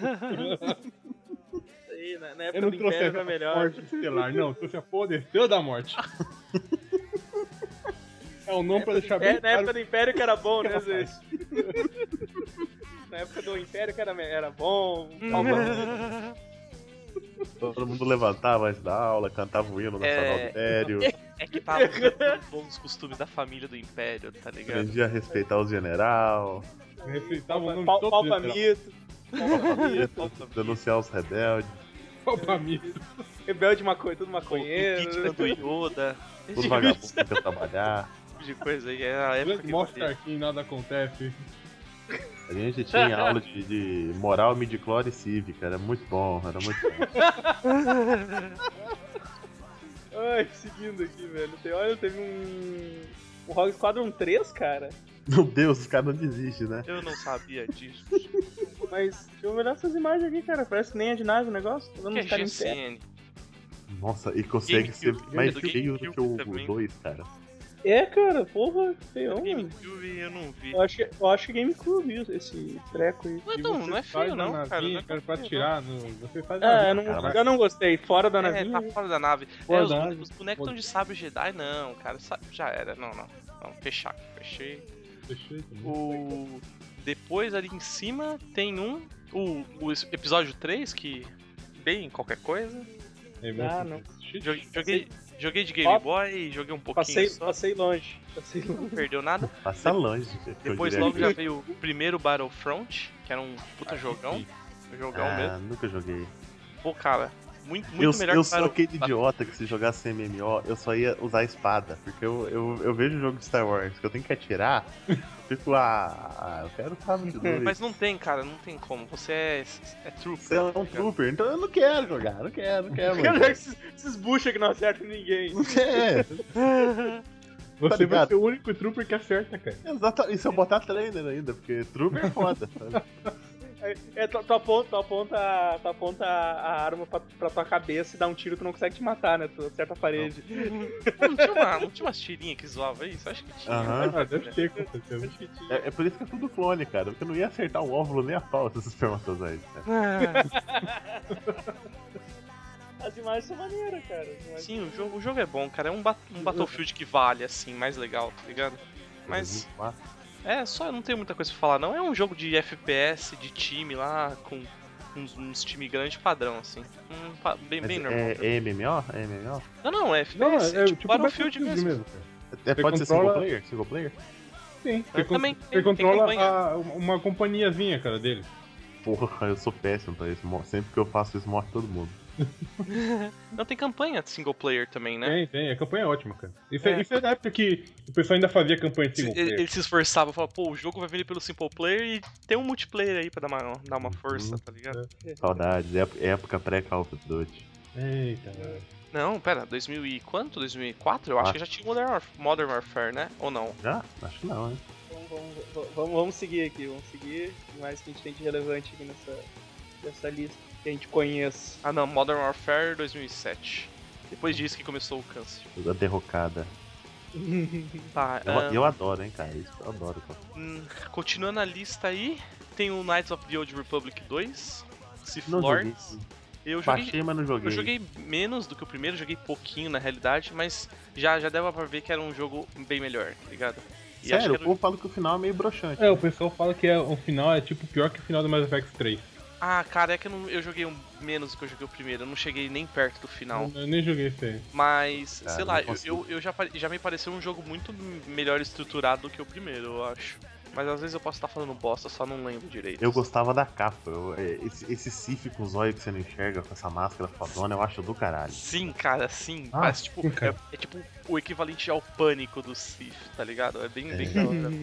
Aí, na época do Império era melhor. Forge estelar. Não, trouxe a porra da Estrela da Morte. É um nome pra deixar bem na época do Império que era bom, né, Zé? Na época do Império que era bom. Todo mundo levantava antes da aula, cantava o hino nacional do Império. É que tava bons costumes da família do Império, tá ligado? Aprendia a respeitar os general. Respeitava o nome de todo Denunciar os rebeldes. Palpamito. Rebelde tudo O maconheiro. Pizza do Yoda. Os vagabundos que quer trabalhar. Esse tipo de coisa aí. É a época que Mostra valia. aqui, nada acontece. A gente tinha aula de moral, midichlore e cívica, era muito bom, era muito bom. Ai, seguindo aqui, velho. Teve um Rogue Squadron 3, cara. Meu Deus, os caras não desistem, né? Eu não sabia disso. Mas deixa eu olhar essas imagens aqui, cara. Parece que nem é de nave o negócio. Tô vendo Que é os caras em pé. GCN. Nossa, e consegue ser GameCube, mais do feio do GameCube que o também. 2, cara. É, cara, porra, feião, mano. GameCube eu não vi. Eu acho que GameCube, esse treco aí. Não é feio não, cara. Não é Pra feio, tirar, você faz Eu não gostei. Fora da É, navinha. tá fora da nave. Fora Os da bonecos, nave. os bonecos estão de sábio Jedi, não, cara. Já era, não. Fechei. Fechei também. Depois ali em cima tem o episódio 3, que bem qualquer coisa. Não. Joguei de Game Boy, joguei um pouquinho só. Passei longe. Não perdeu nada. Passa longe. Depois logo já veio o primeiro Battlefront, que era um puta jogão. Jogão mesmo. Nunca joguei. Pô, cara, muito Eu melhor sou que Battle- aquele idiota que se jogasse MMO, eu só ia usar a espada. Porque eu vejo o jogo de Star Wars que eu tenho que atirar, eu fico, eu quero saber de luz. Mas não tem, cara, não tem como. Você é trooper. Você é um trooper, então eu não quero jogar, não quero. Quero jogar esses bucha que não acertam ninguém. É, Você vai ligado? ser o único trooper que acerta, cara. exatamente. E se eu botar trainer ainda, porque trooper é foda, sabe? Tu aponta a arma pra tua cabeça e dá um tiro, tu não consegue te matar, né? Tu acerta a parede. Não tinha umas tirinhas que zoava isso? Acho que tinha. Aham. Ah, deve ter, com certeza. Acho que tinha. É por isso que é tudo clone, cara. Porque eu não ia acertar um óvulo nem a pau esses espermatozoides, né? As imagens são maneiras, cara. Sim, o jogo é bom, cara. É um Battlefield que vale, assim, mais legal, tá ligado? Mas só eu não tenho muita coisa pra falar, não. É um jogo de FPS, de time lá, com uns time grande padrão, assim. Bem normal. É MMO? É MMO? Não, é FPS, é tipo Battlefield mesmo. Pode ser controla- single player? Sim, Eu também. você Tem controla campanha. uma companhiazinha, cara, dele. Porra, eu sou péssimo pra isso. Sempre que eu faço isso, morre todo mundo. Não, tem campanha single player também, né? Tem, a campanha é ótima, cara. Isso é da época que o pessoal ainda fazia campanha de single player. Ele se esforçava, falava, pô, o jogo vai vir pelo single player e tem um multiplayer aí pra dar uma força, tá ligado? Saudades, época pré-Call of Duty. Eita, velho. Não, pera, 2000 e quanto? 2004? Eu acho que já tinha Modern Warfare, né? Ou não? Já? Acho que não, hein? Vamos seguir aqui, O que mais que a gente tem de relevante aqui nessa lista que a gente conhece. Ah não, Modern Warfare 2007. Depois disso que começou o câncer. A derrocada. Tá, Eu adoro, hein, cara. Isso eu adoro, cara. continuando a lista aí, tem o Knights of the Old Republic 2, Sith Não Lords. Eu joguei, Baixei, mas não joguei. eu joguei menos do que o primeiro, joguei pouquinho na realidade, mas já dava pra ver que era um jogo bem melhor, tá ligado? E acho Sério, que o era povo fala que o final é meio broxante. O pessoal fala que o final é tipo pior que o final do Mass Effect 3. Ah, cara, é que eu joguei menos do que eu joguei o primeiro, eu não cheguei nem perto do final. Eu nem joguei isso aí. Mas, Cara, sei lá, não consigo. eu já me pareceu um jogo muito melhor estruturado do que o primeiro, eu acho. Mas às vezes eu posso estar falando bosta, só não lembro direito. Eu gostava da capa. Esse Sif com os olhos que você não enxerga, com essa máscara fodona, eu acho do caralho. Sim, cara, sim. Ah, Parece, tipo, cara. é tipo o equivalente ao pânico do Sith, tá ligado? É bem da hora.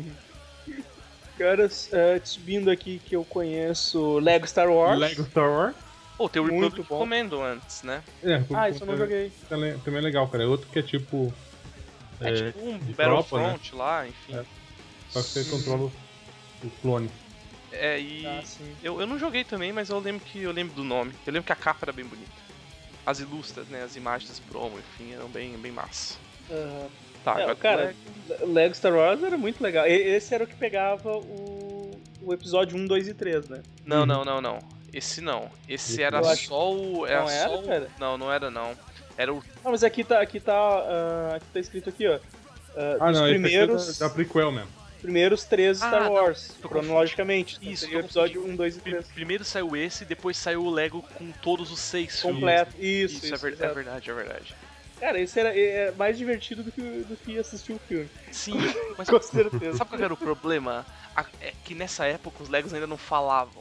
Caras, subindo aqui que eu conheço Lego Star Wars. Lego Star Wars. Pô, tem o Muito Republic bom. Commando antes, né? Isso eu não joguei. Também é legal, cara. É outro que é tipo. É tipo um de Battlefront lá, enfim. É. Só que você controla o clone. E Sim. eu não joguei também, mas eu lembro do nome. Eu lembro que a capa era bem bonita. As ilustras, né, as imagens promo, enfim, eram bem massa. Tá, agora Cara, Lego Star Wars era muito legal. Esse era o que pegava o episódio 1, 2 e 3, né? Não. Esse não. Esse era eu acho- só o. Não era, cara? Não era não. Era o. Não, mas aqui tá escrito aqui, ó. Os Não, primeiros, esse é da prequel mesmo. primeiros 3 Star não, Wars, tô cronologicamente. Então Isso, seria o tô episódio 1, 2 e 3. Primeiro saiu esse, depois saiu o Lego com todos os 6 filmes. Completo. É Isso, exato. verdade. Cara, esse é mais divertido do que assistir o filme. Sim, mas Com certeza. sabe qual era o problema? É que nessa época os Legos ainda não falavam.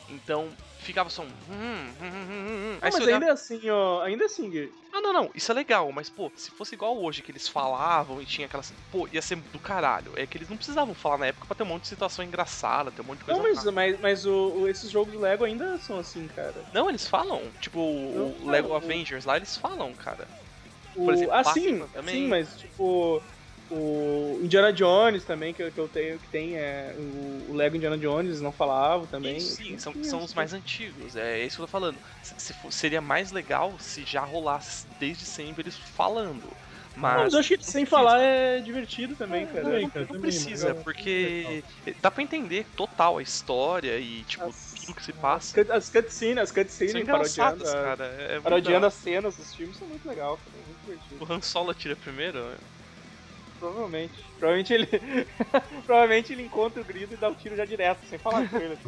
Então ficava só um. Mas você olhava- ainda assim, ó. Ainda assim, Gui. Não, isso é legal, mas pô, se fosse igual hoje, que eles falavam e tinha aquelas. Pô, ia ser do caralho. É que eles não precisavam falar na época pra ter um monte de situação engraçada, ter um monte de coisa. Não, mas esses jogos do Lego ainda são assim, cara. Não, eles falam. Tipo, o Não, Lego o- Avengers lá, eles falam, cara. Por exemplo, Sim, Batman também. sim, mas tipo. O Indiana Jones também, que eu tenho, que tem o Lego Indiana Jones, não falava também. Isso, sim, são os mais antigos. É isso que eu tô falando. Seria mais legal se já rolasse desde sempre eles falando. Mas eu acho que sem falar é divertido também, cara. Não precisa, porque dá pra entender total a história e, tipo, tudo que se passa. As cutscenes São engraçadas, cara. É muito parodiando da as cenas dos filmes são muito legal, cara. É muito divertido. hora. O Han Solo atira primeiro, né? Provavelmente. Provavelmente ele encontra o Grido e dá o tiro já direto, sem falar com ele.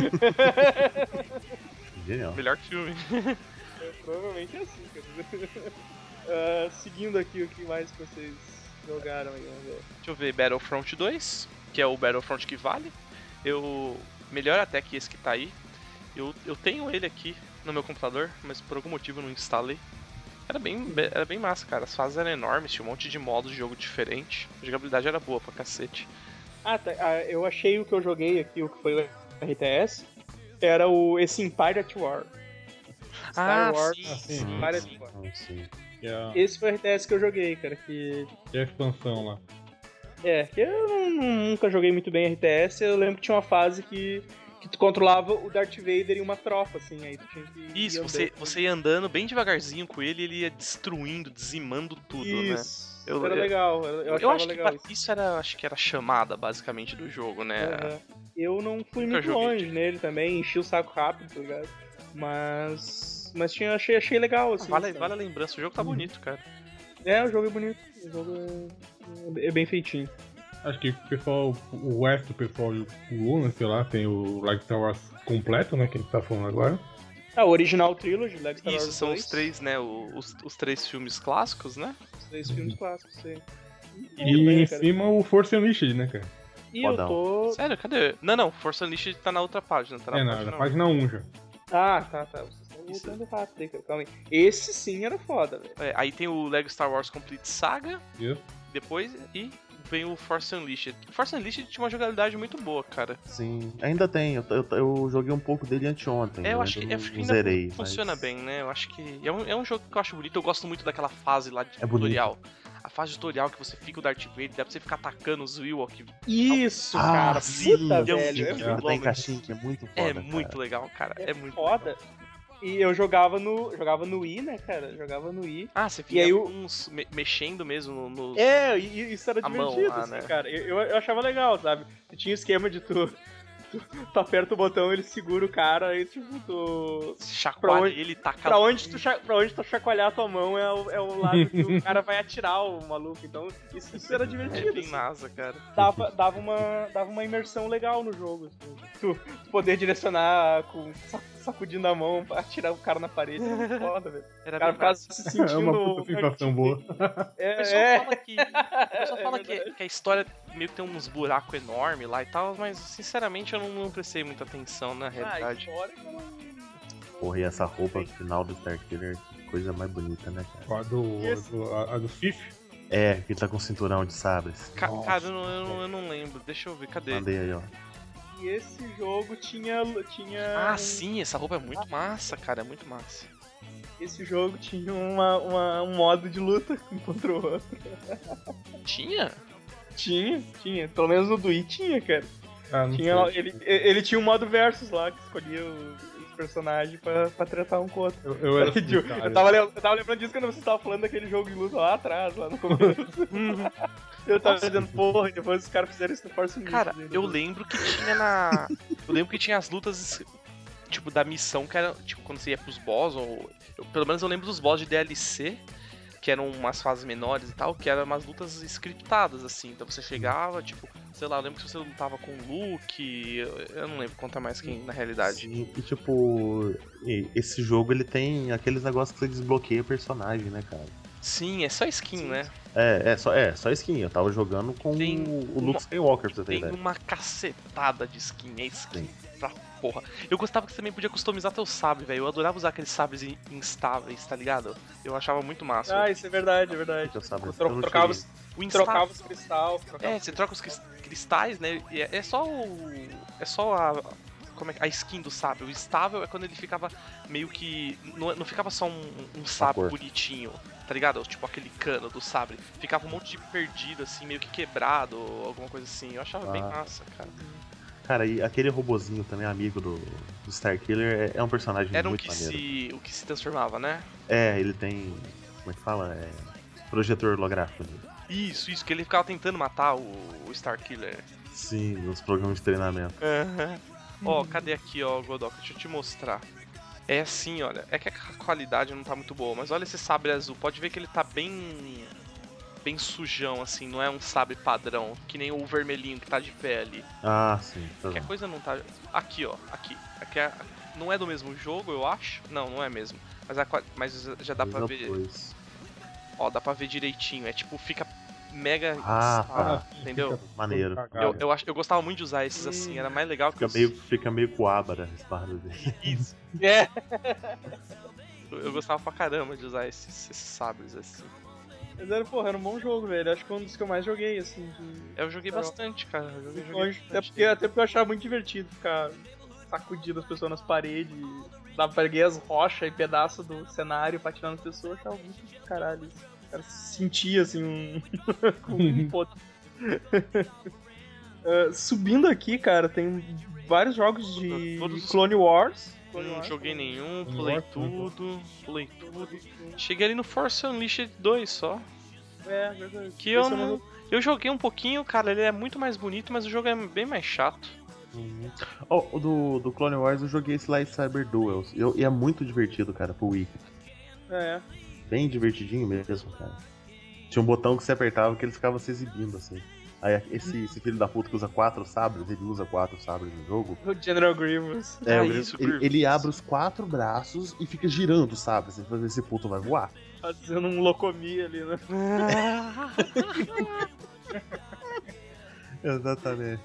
Genial. Melhor filme. Provavelmente é assim, cara. Seguindo aqui, o que mais que vocês jogaram aí, vamos ver. Deixa eu ver, Battlefront 2, que é o Battlefront que vale. Melhor até que esse que tá aí. Eu tenho ele aqui no meu computador, mas por algum motivo eu não instalei. Era bem massa, cara. As fases eram enormes, tinha um monte de modos de jogo diferente. A jogabilidade era boa pra cacete. Eu achei o que eu joguei aqui, o que foi o RTS, era esse Empire at War. Star Wars sim. Empire at War. Sim. Esse foi o RTS que eu joguei, cara, Que é a expansão lá. que eu nunca joguei muito bem RTS, eu lembro que tinha uma fase que tu controlava o Darth Vader em uma tropa, assim, aí tu tinha que ir Isso, andando. você ia andando bem devagarzinho com ele e ele ia destruindo, dizimando tudo, né? Isso, era legal, eu achava acho legal que isso era, acho que era a chamada, basicamente, do jogo, né? Uhum. Eu não fui Nunca muito joguei. longe nele também, enchi o saco rápido, tá ligado? Mas achei legal, assim. Vale sabe? a lembrança, o jogo tá bonito, cara. O jogo é bonito, o jogo é bem feitinho. Acho que o resto do pessoal pulou, né? Sei lá, tem o Like Star Wars completo, né? Que a gente tá falando agora. O Original Trilogy, Lego Star Wars Isso, são 2, os três, né? Os três filmes clássicos, né? os 3 filmes clássicos, sim. E em cima o Force Unleashed, né, cara? E eu tô... Sério, cadê? Não, Force Unleashed tá na outra página, tá na Na página 1 já. Tá. Vocês estão voltando rápido aí, cara. Calma aí. Esse sim era foda, velho. Aí tem o Lego Star Wars Complete Saga, Isso. depois, e vem o Force Unleashed. Force Unleashed tinha uma jogabilidade muito boa, cara. Sim, ainda tem. Eu joguei um pouco dele anteontem. Eu acho que não ainda zerei, funciona mas bem, né? Eu acho que é um jogo que eu acho bonito. Eu gosto muito daquela fase lá de É bonito. tutorial. A fase de tutorial que você fica o Darth Vader, dá pra você ficar atacando os Ewok. Isso, Ah, cara. sim, Puta, milhão velho. de É que muito tá em caixinha, que é muito foda. É cara. muito legal, cara. É muito foda. legal. E eu jogava no Wii, né, cara? Jogava no Wii. Ah, você E fica aí mexendo mesmo nos... E isso era A mão divertido, lá, assim, né? cara. Eu achava legal, sabe? Tu tinha esquema de tu aperta o botão, ele segura o cara, aí tipo, tu... Chacoalha pra onde- ele, taca... Pra onde tu chacoalhar a tua mão é o lado que o cara vai atirar o maluco. Então, isso era É divertido. bem assim. massa, cara. Dava uma imersão legal no jogo. Assim. Tu poder direcionar com sacudindo a mão pra atirar o cara na parede. É muito foda, velho. Era O cara bem ficava massa. se sentindo... É uma puta sensação boa. O pessoal fala que a história meio que tem uns buracos enormes lá e tal, mas sinceramente eu não prestei muita atenção na realidade. Porra, e essa roupa final do Starkiller, que coisa mais bonita, né, cara? A do Sif? É, que tá com cinturão de sabres. Cara, eu não lembro. Deixa eu ver, cadê? Mandei aí, ó. E esse jogo tinha... Ah, sim, essa roupa é muito massa, cara, é muito massa. Esse jogo tinha um modo de luta contra o outro. Tinha? Tinha. Pelo menos no do Wii tinha, cara. Não Tinha, sei. ele tinha um modo versus lá, que escolhia os personagens pra tretar um com o outro. Eu era Eu tava lembrando disso quando você tava falando daquele jogo de luta lá atrás, lá no começo. Eu tava dizendo, porra, e depois os caras fizeram isso no Force Unleashed. Cara, eu lembro que tinha Eu lembro que tinha as lutas, tipo, da missão, que era, tipo, quando você ia pros boss, ou... pelo menos eu lembro dos boss de DLC, que eram umas fases menores e tal, que eram umas lutas scriptadas, assim. Então você chegava, tipo, sei lá, eu lembro que você lutava com o Luke, eu não lembro contar mais quem na realidade. Sim, e tipo, esse jogo ele tem aqueles negócios que você desbloqueia personagem, né, cara? Sim, é só skin, né? Só skin. Eu tava jogando com Tem o Luke Skywalker, pra você ter Tem ideia. uma cacetada de skin, é skin pra porra. Eu gostava que você também podia customizar teu sabre, velho. Eu adorava usar aqueles sabres instáveis, tá ligado? Eu achava muito massa. Ah, isso é verdade, é verdade. Eu sabia, eu não Trocava cheguei. os, O instável. trocava os cristais. Você troca os cristais, né? E é só o. É só a. Como é que. A skin do sabre. O instável é quando ele ficava meio que. Não ficava só um sabre cor. bonitinho, tá ligado? Tipo aquele cano do sabre. Ficava um monte de perdido, assim, meio que quebrado, ou alguma coisa assim. Eu achava bem massa, cara. Cara, e aquele robozinho também, amigo do Starkiller, é um personagem Era muito maneiro. o que se transformava, né? Ele tem. Como é que fala? Projetor holográfico. Né? Isso, que ele ficava tentando matar o Starkiller. Sim, nos programas de treinamento. Ó, cadê aqui, ó, Godoka? Deixa eu te mostrar. É assim, olha. É que a qualidade não tá muito boa, mas olha esse sabre azul. Pode ver que ele tá bem sujão, assim. Não é um sabre padrão, que nem o vermelhinho que tá de pé ali. Ah, sim. Tá Que a coisa não tá... Aqui, ó. Aqui não é do mesmo jogo, eu acho. Não é mesmo. Mas já dá pra ver... Depois. Ó, dá pra ver direitinho. É tipo, fica mega... Tá. Entendeu? Maneiro. Eu gostava muito de usar esses assim, era mais legal que Fica meio coabra esse barulho dele. Isso. É. Eu gostava pra caramba de usar esses sabres assim. Mas era um bom jogo, velho. Acho que foi um dos que eu mais joguei, assim. Eu joguei bastante, cara. Até porque eu achava muito divertido ficar sacudindo as pessoas nas paredes. Peguei as rochas e pedaços do cenário pra atirar nas pessoas. Eu achava muito do caralho isso. O cara se sentia assim com um poder. Subindo aqui, cara, tem vários jogos de Clone Wars. Não joguei nenhum, pulei tudo. Cheguei ali no Force Unleashed 2 só. É, verdade. Que eu joguei um pouquinho, cara, ele é muito mais bonito, mas o jogo é bem mais chato. Do Clone Wars eu joguei esse Light Cyber Duels. E é muito divertido, cara, pro Wii. É. Bem divertidinho mesmo, cara. Tinha um botão que você apertava que ele ficava se exibindo, assim. Aí esse filho da puta que usa 4 sabres, ele usa 4 sabres no jogo. O General Grievous. Ele abre os 4 braços e fica girando os sabres, pra ver se esse puto vai voar. Fazendo um Locomia ali, né? Exatamente.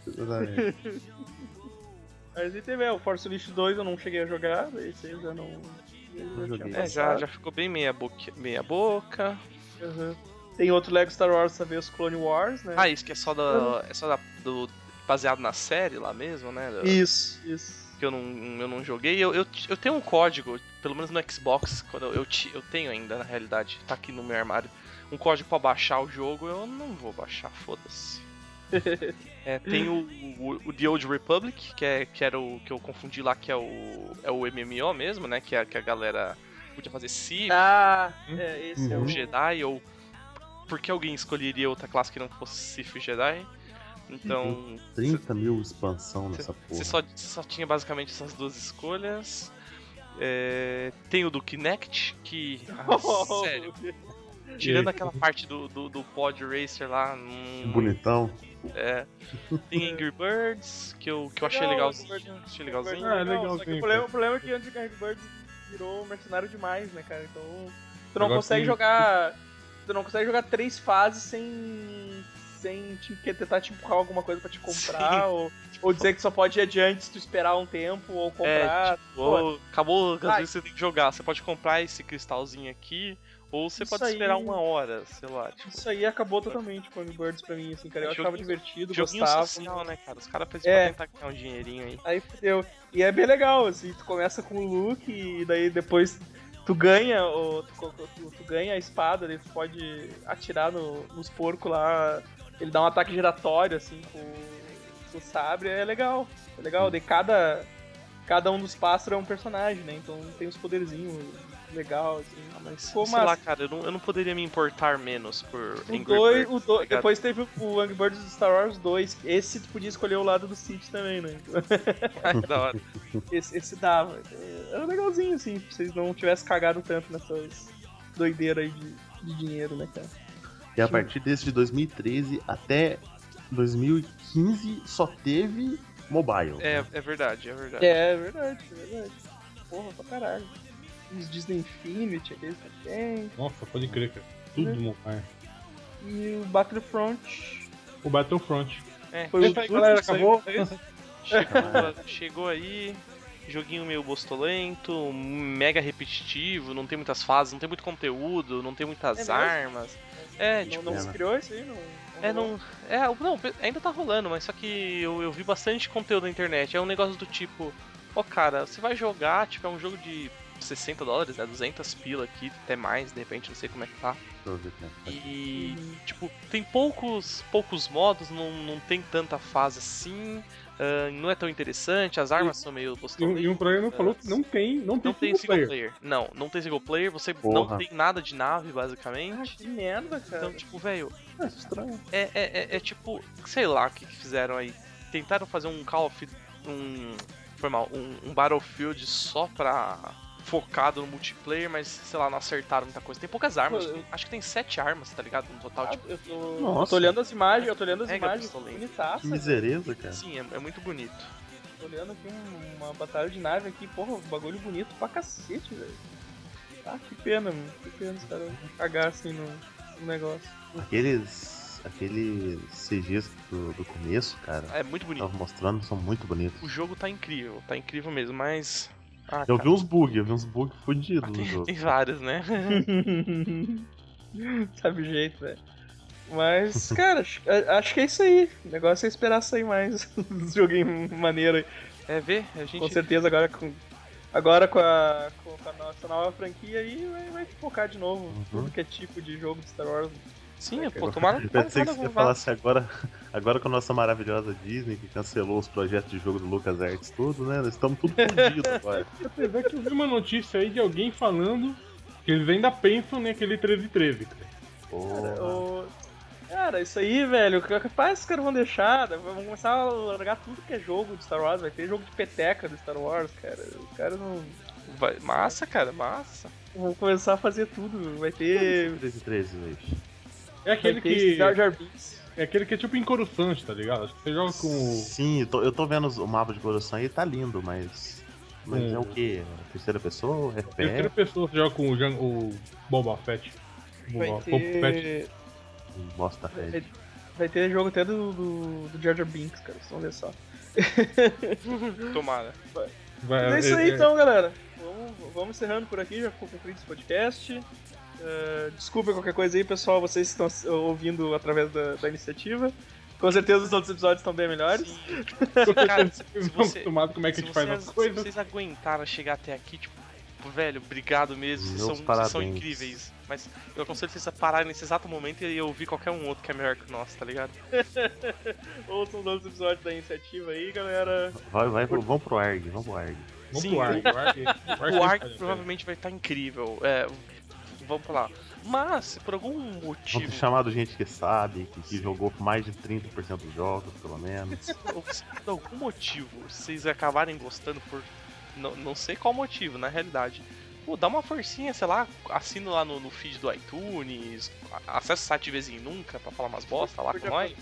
Mas e teve o Force Unleashed 2 eu não cheguei a jogar, esse aí eu já não joguei. Já ficou bem meia boca. Uhum. Tem outro Lego Star Wars também, os Clone Wars, né? Ah, isso que é só do baseado na série lá mesmo, né? Isso. Que eu não joguei. Eu tenho um código, pelo menos no Xbox, quando eu tenho ainda, na realidade, tá aqui no meu armário, um código pra baixar o jogo, eu não vou baixar, foda-se. Tem o The Old Republic, que era o que eu confundi lá, que é o MMO mesmo, né? Que a galera podia fazer Sith, esse é ou o Jedi, ou... Por que alguém escolheria outra classe que não fosse Sith ou Jedi? Então... 30 mil expansão nessa porra. Você só tinha basicamente essas duas escolhas. Tem o do Kinect, que... sério. Tirando aquela parte do Pod Racer lá... Bonitão. Tem Angry Birds, que eu achei legalzinho. Achei legalzinho. Legalzinho. Só que o problema é que antes o Angry Birds virou mercenário demais, né, cara? Então... Tu não consegue jogar 3 fases sem tentar te empurrar alguma coisa pra te comprar, ou dizer que só pode ir adiante se tu esperar um tempo, ou comprar. Acabou, às vezes você tem que jogar. Você pode comprar esse cristalzinho aqui, ou você pode esperar 1 hora, sei lá. Tipo. Isso aí acabou totalmente com o Angry Birds pra mim, assim, cara. Eu achava divertido, joguinho gostava. Social, né, cara? Os caras fazem pra tentar ganhar um dinheirinho aí. Aí fudeu. E é bem legal, assim, tu começa com o Luke, e daí depois... Tu ganha a espada, ele pode atirar nos porcos lá, ele dá um ataque giratório, assim, com o sabre, é legal. Daí cada um dos pássaros é um personagem, né, então tem os poderzinhos legal, assim. Mas, sei lá, cara, eu não poderia me importar menos por Angry Birds. Depois teve o Angry Birds Star Wars 2, esse tu podia escolher o lado do Sith também, né. Da hora. Esse dava. Era legalzinho, assim, se vocês não tivessem cagado tanto nessas doideiras aí de dinheiro, né, cara. E a partir desse de 2013 até 2015 só teve mobile. É verdade. É verdade. Porra, pra caralho. os Disney Infinity, aqueles também. Nossa, pode crer, cara. Tudo do Mopar. E o Battlefront. O Battlefront. Foi Eita, o galera, que saiu, acabou? é isso? Chegou aí, joguinho meio bostolento, mega repetitivo, não tem muitas fases, não tem muito conteúdo, não tem muitas mesmo? armas. Não se criou isso aí? Ainda tá rolando, mas só que eu vi bastante conteúdo na internet. É um negócio do tipo, cara, você vai jogar, tipo, é um jogo de $60, né? 200 pila aqui, até mais, de repente, não sei como é que tá. E, tipo, tem poucos modos, não tem tanta fase assim, não é tão interessante, as armas são meio E um programa falou que não tem single player. Não tem single player, você não tem nada de nave, basicamente. Que merda, cara. Então, tipo, velho, É estranho. é tipo, sei lá o que fizeram aí. Tentaram fazer um Call of um Battlefield só pra focado no multiplayer, mas sei lá, não acertaram muita coisa. Tem poucas armas, acho que tem 7 armas, tá ligado? No total, tipo. Eu tô olhando as imagens, pistolento. bonitaça. Que misereza, cara. Sim, é muito bonito. Tô olhando aqui uma batalha de nave aqui, porra, um bagulho bonito pra cacete, velho. Ah, que pena, mano. Que pena os caras cagar assim no negócio. Aqueles CGs do começo, cara, É muito bonito. tava mostrando, são muito bonitos. O jogo tá incrível mesmo, mas. Eu vi uns bugs fodidos no jogo. Tem vários, né? Sabe o jeito, velho. Mas, cara, acho que é isso aí. O negócio é esperar sair mais uns joguinhos maneiros aí. Ver, a gente. Com certeza agora com a nossa nova franquia aí vai focar de novo tudo que é tipo de jogo de Star Wars. Sim, pô, tomara Eu pensei que você ia falar assim, agora com a nossa maravilhosa Disney, que cancelou os projetos de jogo do LucasArts tudo, né? Nós estamos tudo fodidos agora. Apesar que eu vi uma notícia aí de alguém falando que eles ainda pensam naquele 1313, cara. Cara, isso aí, velho, capaz os caras vão deixar, vão começar a largar tudo que é jogo de Star Wars, vai ter jogo de peteca do Star Wars, cara. Os caras não... Massa, cara, massa. Vão começar a fazer tudo, vai ter... 13, velho. É aquele que. Jar Jar Binks. É aquele que é tipo em Coruscant, tá ligado? Acho que você joga com o. Sim, eu tô vendo o mapa de Coruscant e tá lindo, mas é o quê? Terceira pessoa? Terceira FPS? pessoa você joga com o Boba Fett. Vai ter... Bosta Fett. Vai ter jogo até do Jar Jar Binks, cara, vocês vão ver só. Tomara. É isso aí então, galera. Vamos encerrando por aqui, já ficou concluído esse podcast. Desculpa qualquer coisa aí, pessoal, vocês estão ouvindo através da iniciativa. Com certeza os outros episódios estão bem melhores. Sim. Cara, se acostumado como é que a gente faz as coisas. Se vocês aguentaram chegar até aqui, tipo, velho, obrigado mesmo, vocês são incríveis. Mas eu aconselho vocês a pararem nesse exato momento e ouvir qualquer um outro que é melhor que o nosso, tá ligado? Ouçam os outros episódios da iniciativa aí, galera. Vamos pro ARG, vamos pro ARG. Sim, o ARG provavelmente vai estar incrível. Vamos lá. Mas, por algum motivo. Vamos ter chamado gente que sabe, que jogou mais de 30% dos jogos, pelo menos. Por algum motivo, vocês acabarem gostando por. Não sei qual motivo, na realidade. Pô, dá uma forcinha, sei lá, assina lá no feed do iTunes, acessa o site de vez em nunca pra falar umas bosta lá com nós.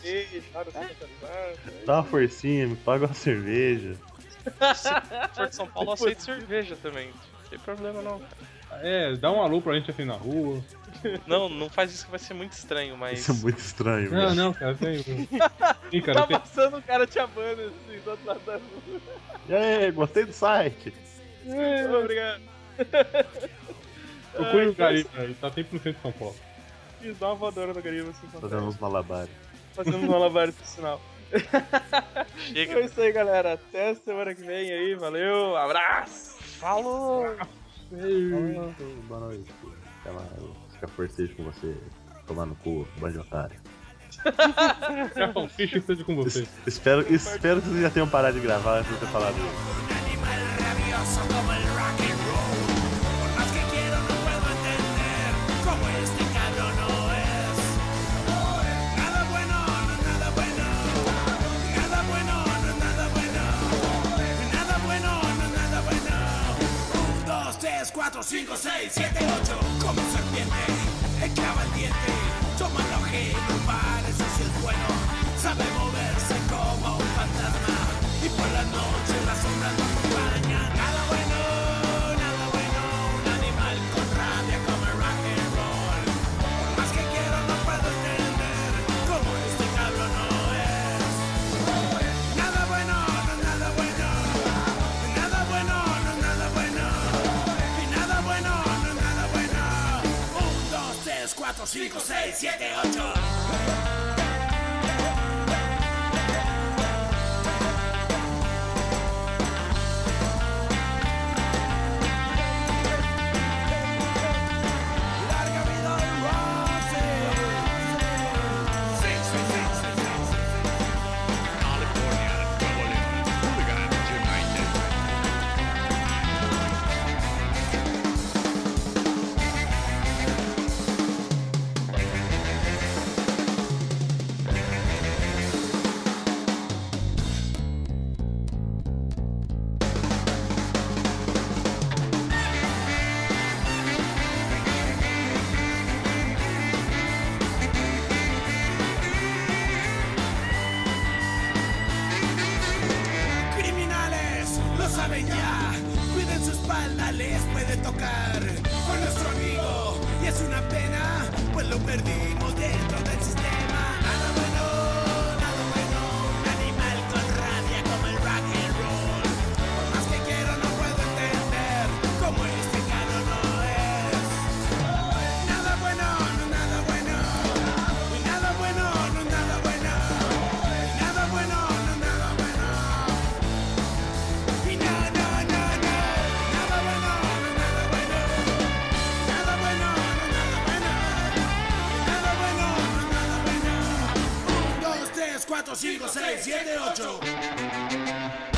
Dá uma forcinha, me paga uma cerveja. Se for de São Paulo, eu aceito cerveja também. Não tem problema não, cara. Dá um alô pra gente assim na rua. Não faz isso que vai ser muito estranho, mas. Isso é muito estranho, velho. Não, cara, tem. Sim, cara, Tá passando um cara te amando assim, do outro lado da rua. E aí, gostei do site. Obrigado. Procure o Gariba, ele tá 100% de São Paulo. Fiz uma voadora no Gariba assim. Fazendo uns malabares. Fazendo uns malabares por sinal. Chega. É isso aí, galera. Até semana que vem aí. Valeu, abraço. Falou! Boa noite. Fica forcejo com você. Tomar no cu, bando de otário. Que a salsicha esteja com você. Espero que vocês já tenham parado de gravar antes de eu ter falado isso. Cuatro, 5, 6, 7, 8. Como serpiente, clava el diente. Toma lo que no parece ser bueno. Sabe moverse como un fantasma. Y por la noche la sombra no acompaña. Nada bueno, un 4, 5, 6, 7, 8. Saben ya, cuiden su espalda, les puede tocar con nuestro amigo y es una pena, pues lo perdimos dentro del sistema. Nada bueno, un animal con rabia como el rock and roll. Por más que quiero no puedo entender cómo este canon no es. Nada bueno, no nada bueno, y nada bueno, no nada bueno, y nada bueno, no nada bueno. Y no, no, no, no, nada bueno, no nada bueno, nada bueno, no nada bueno, nada bueno, no nada bueno. 1, 2, 3, 4, 5, 6, 7, 8.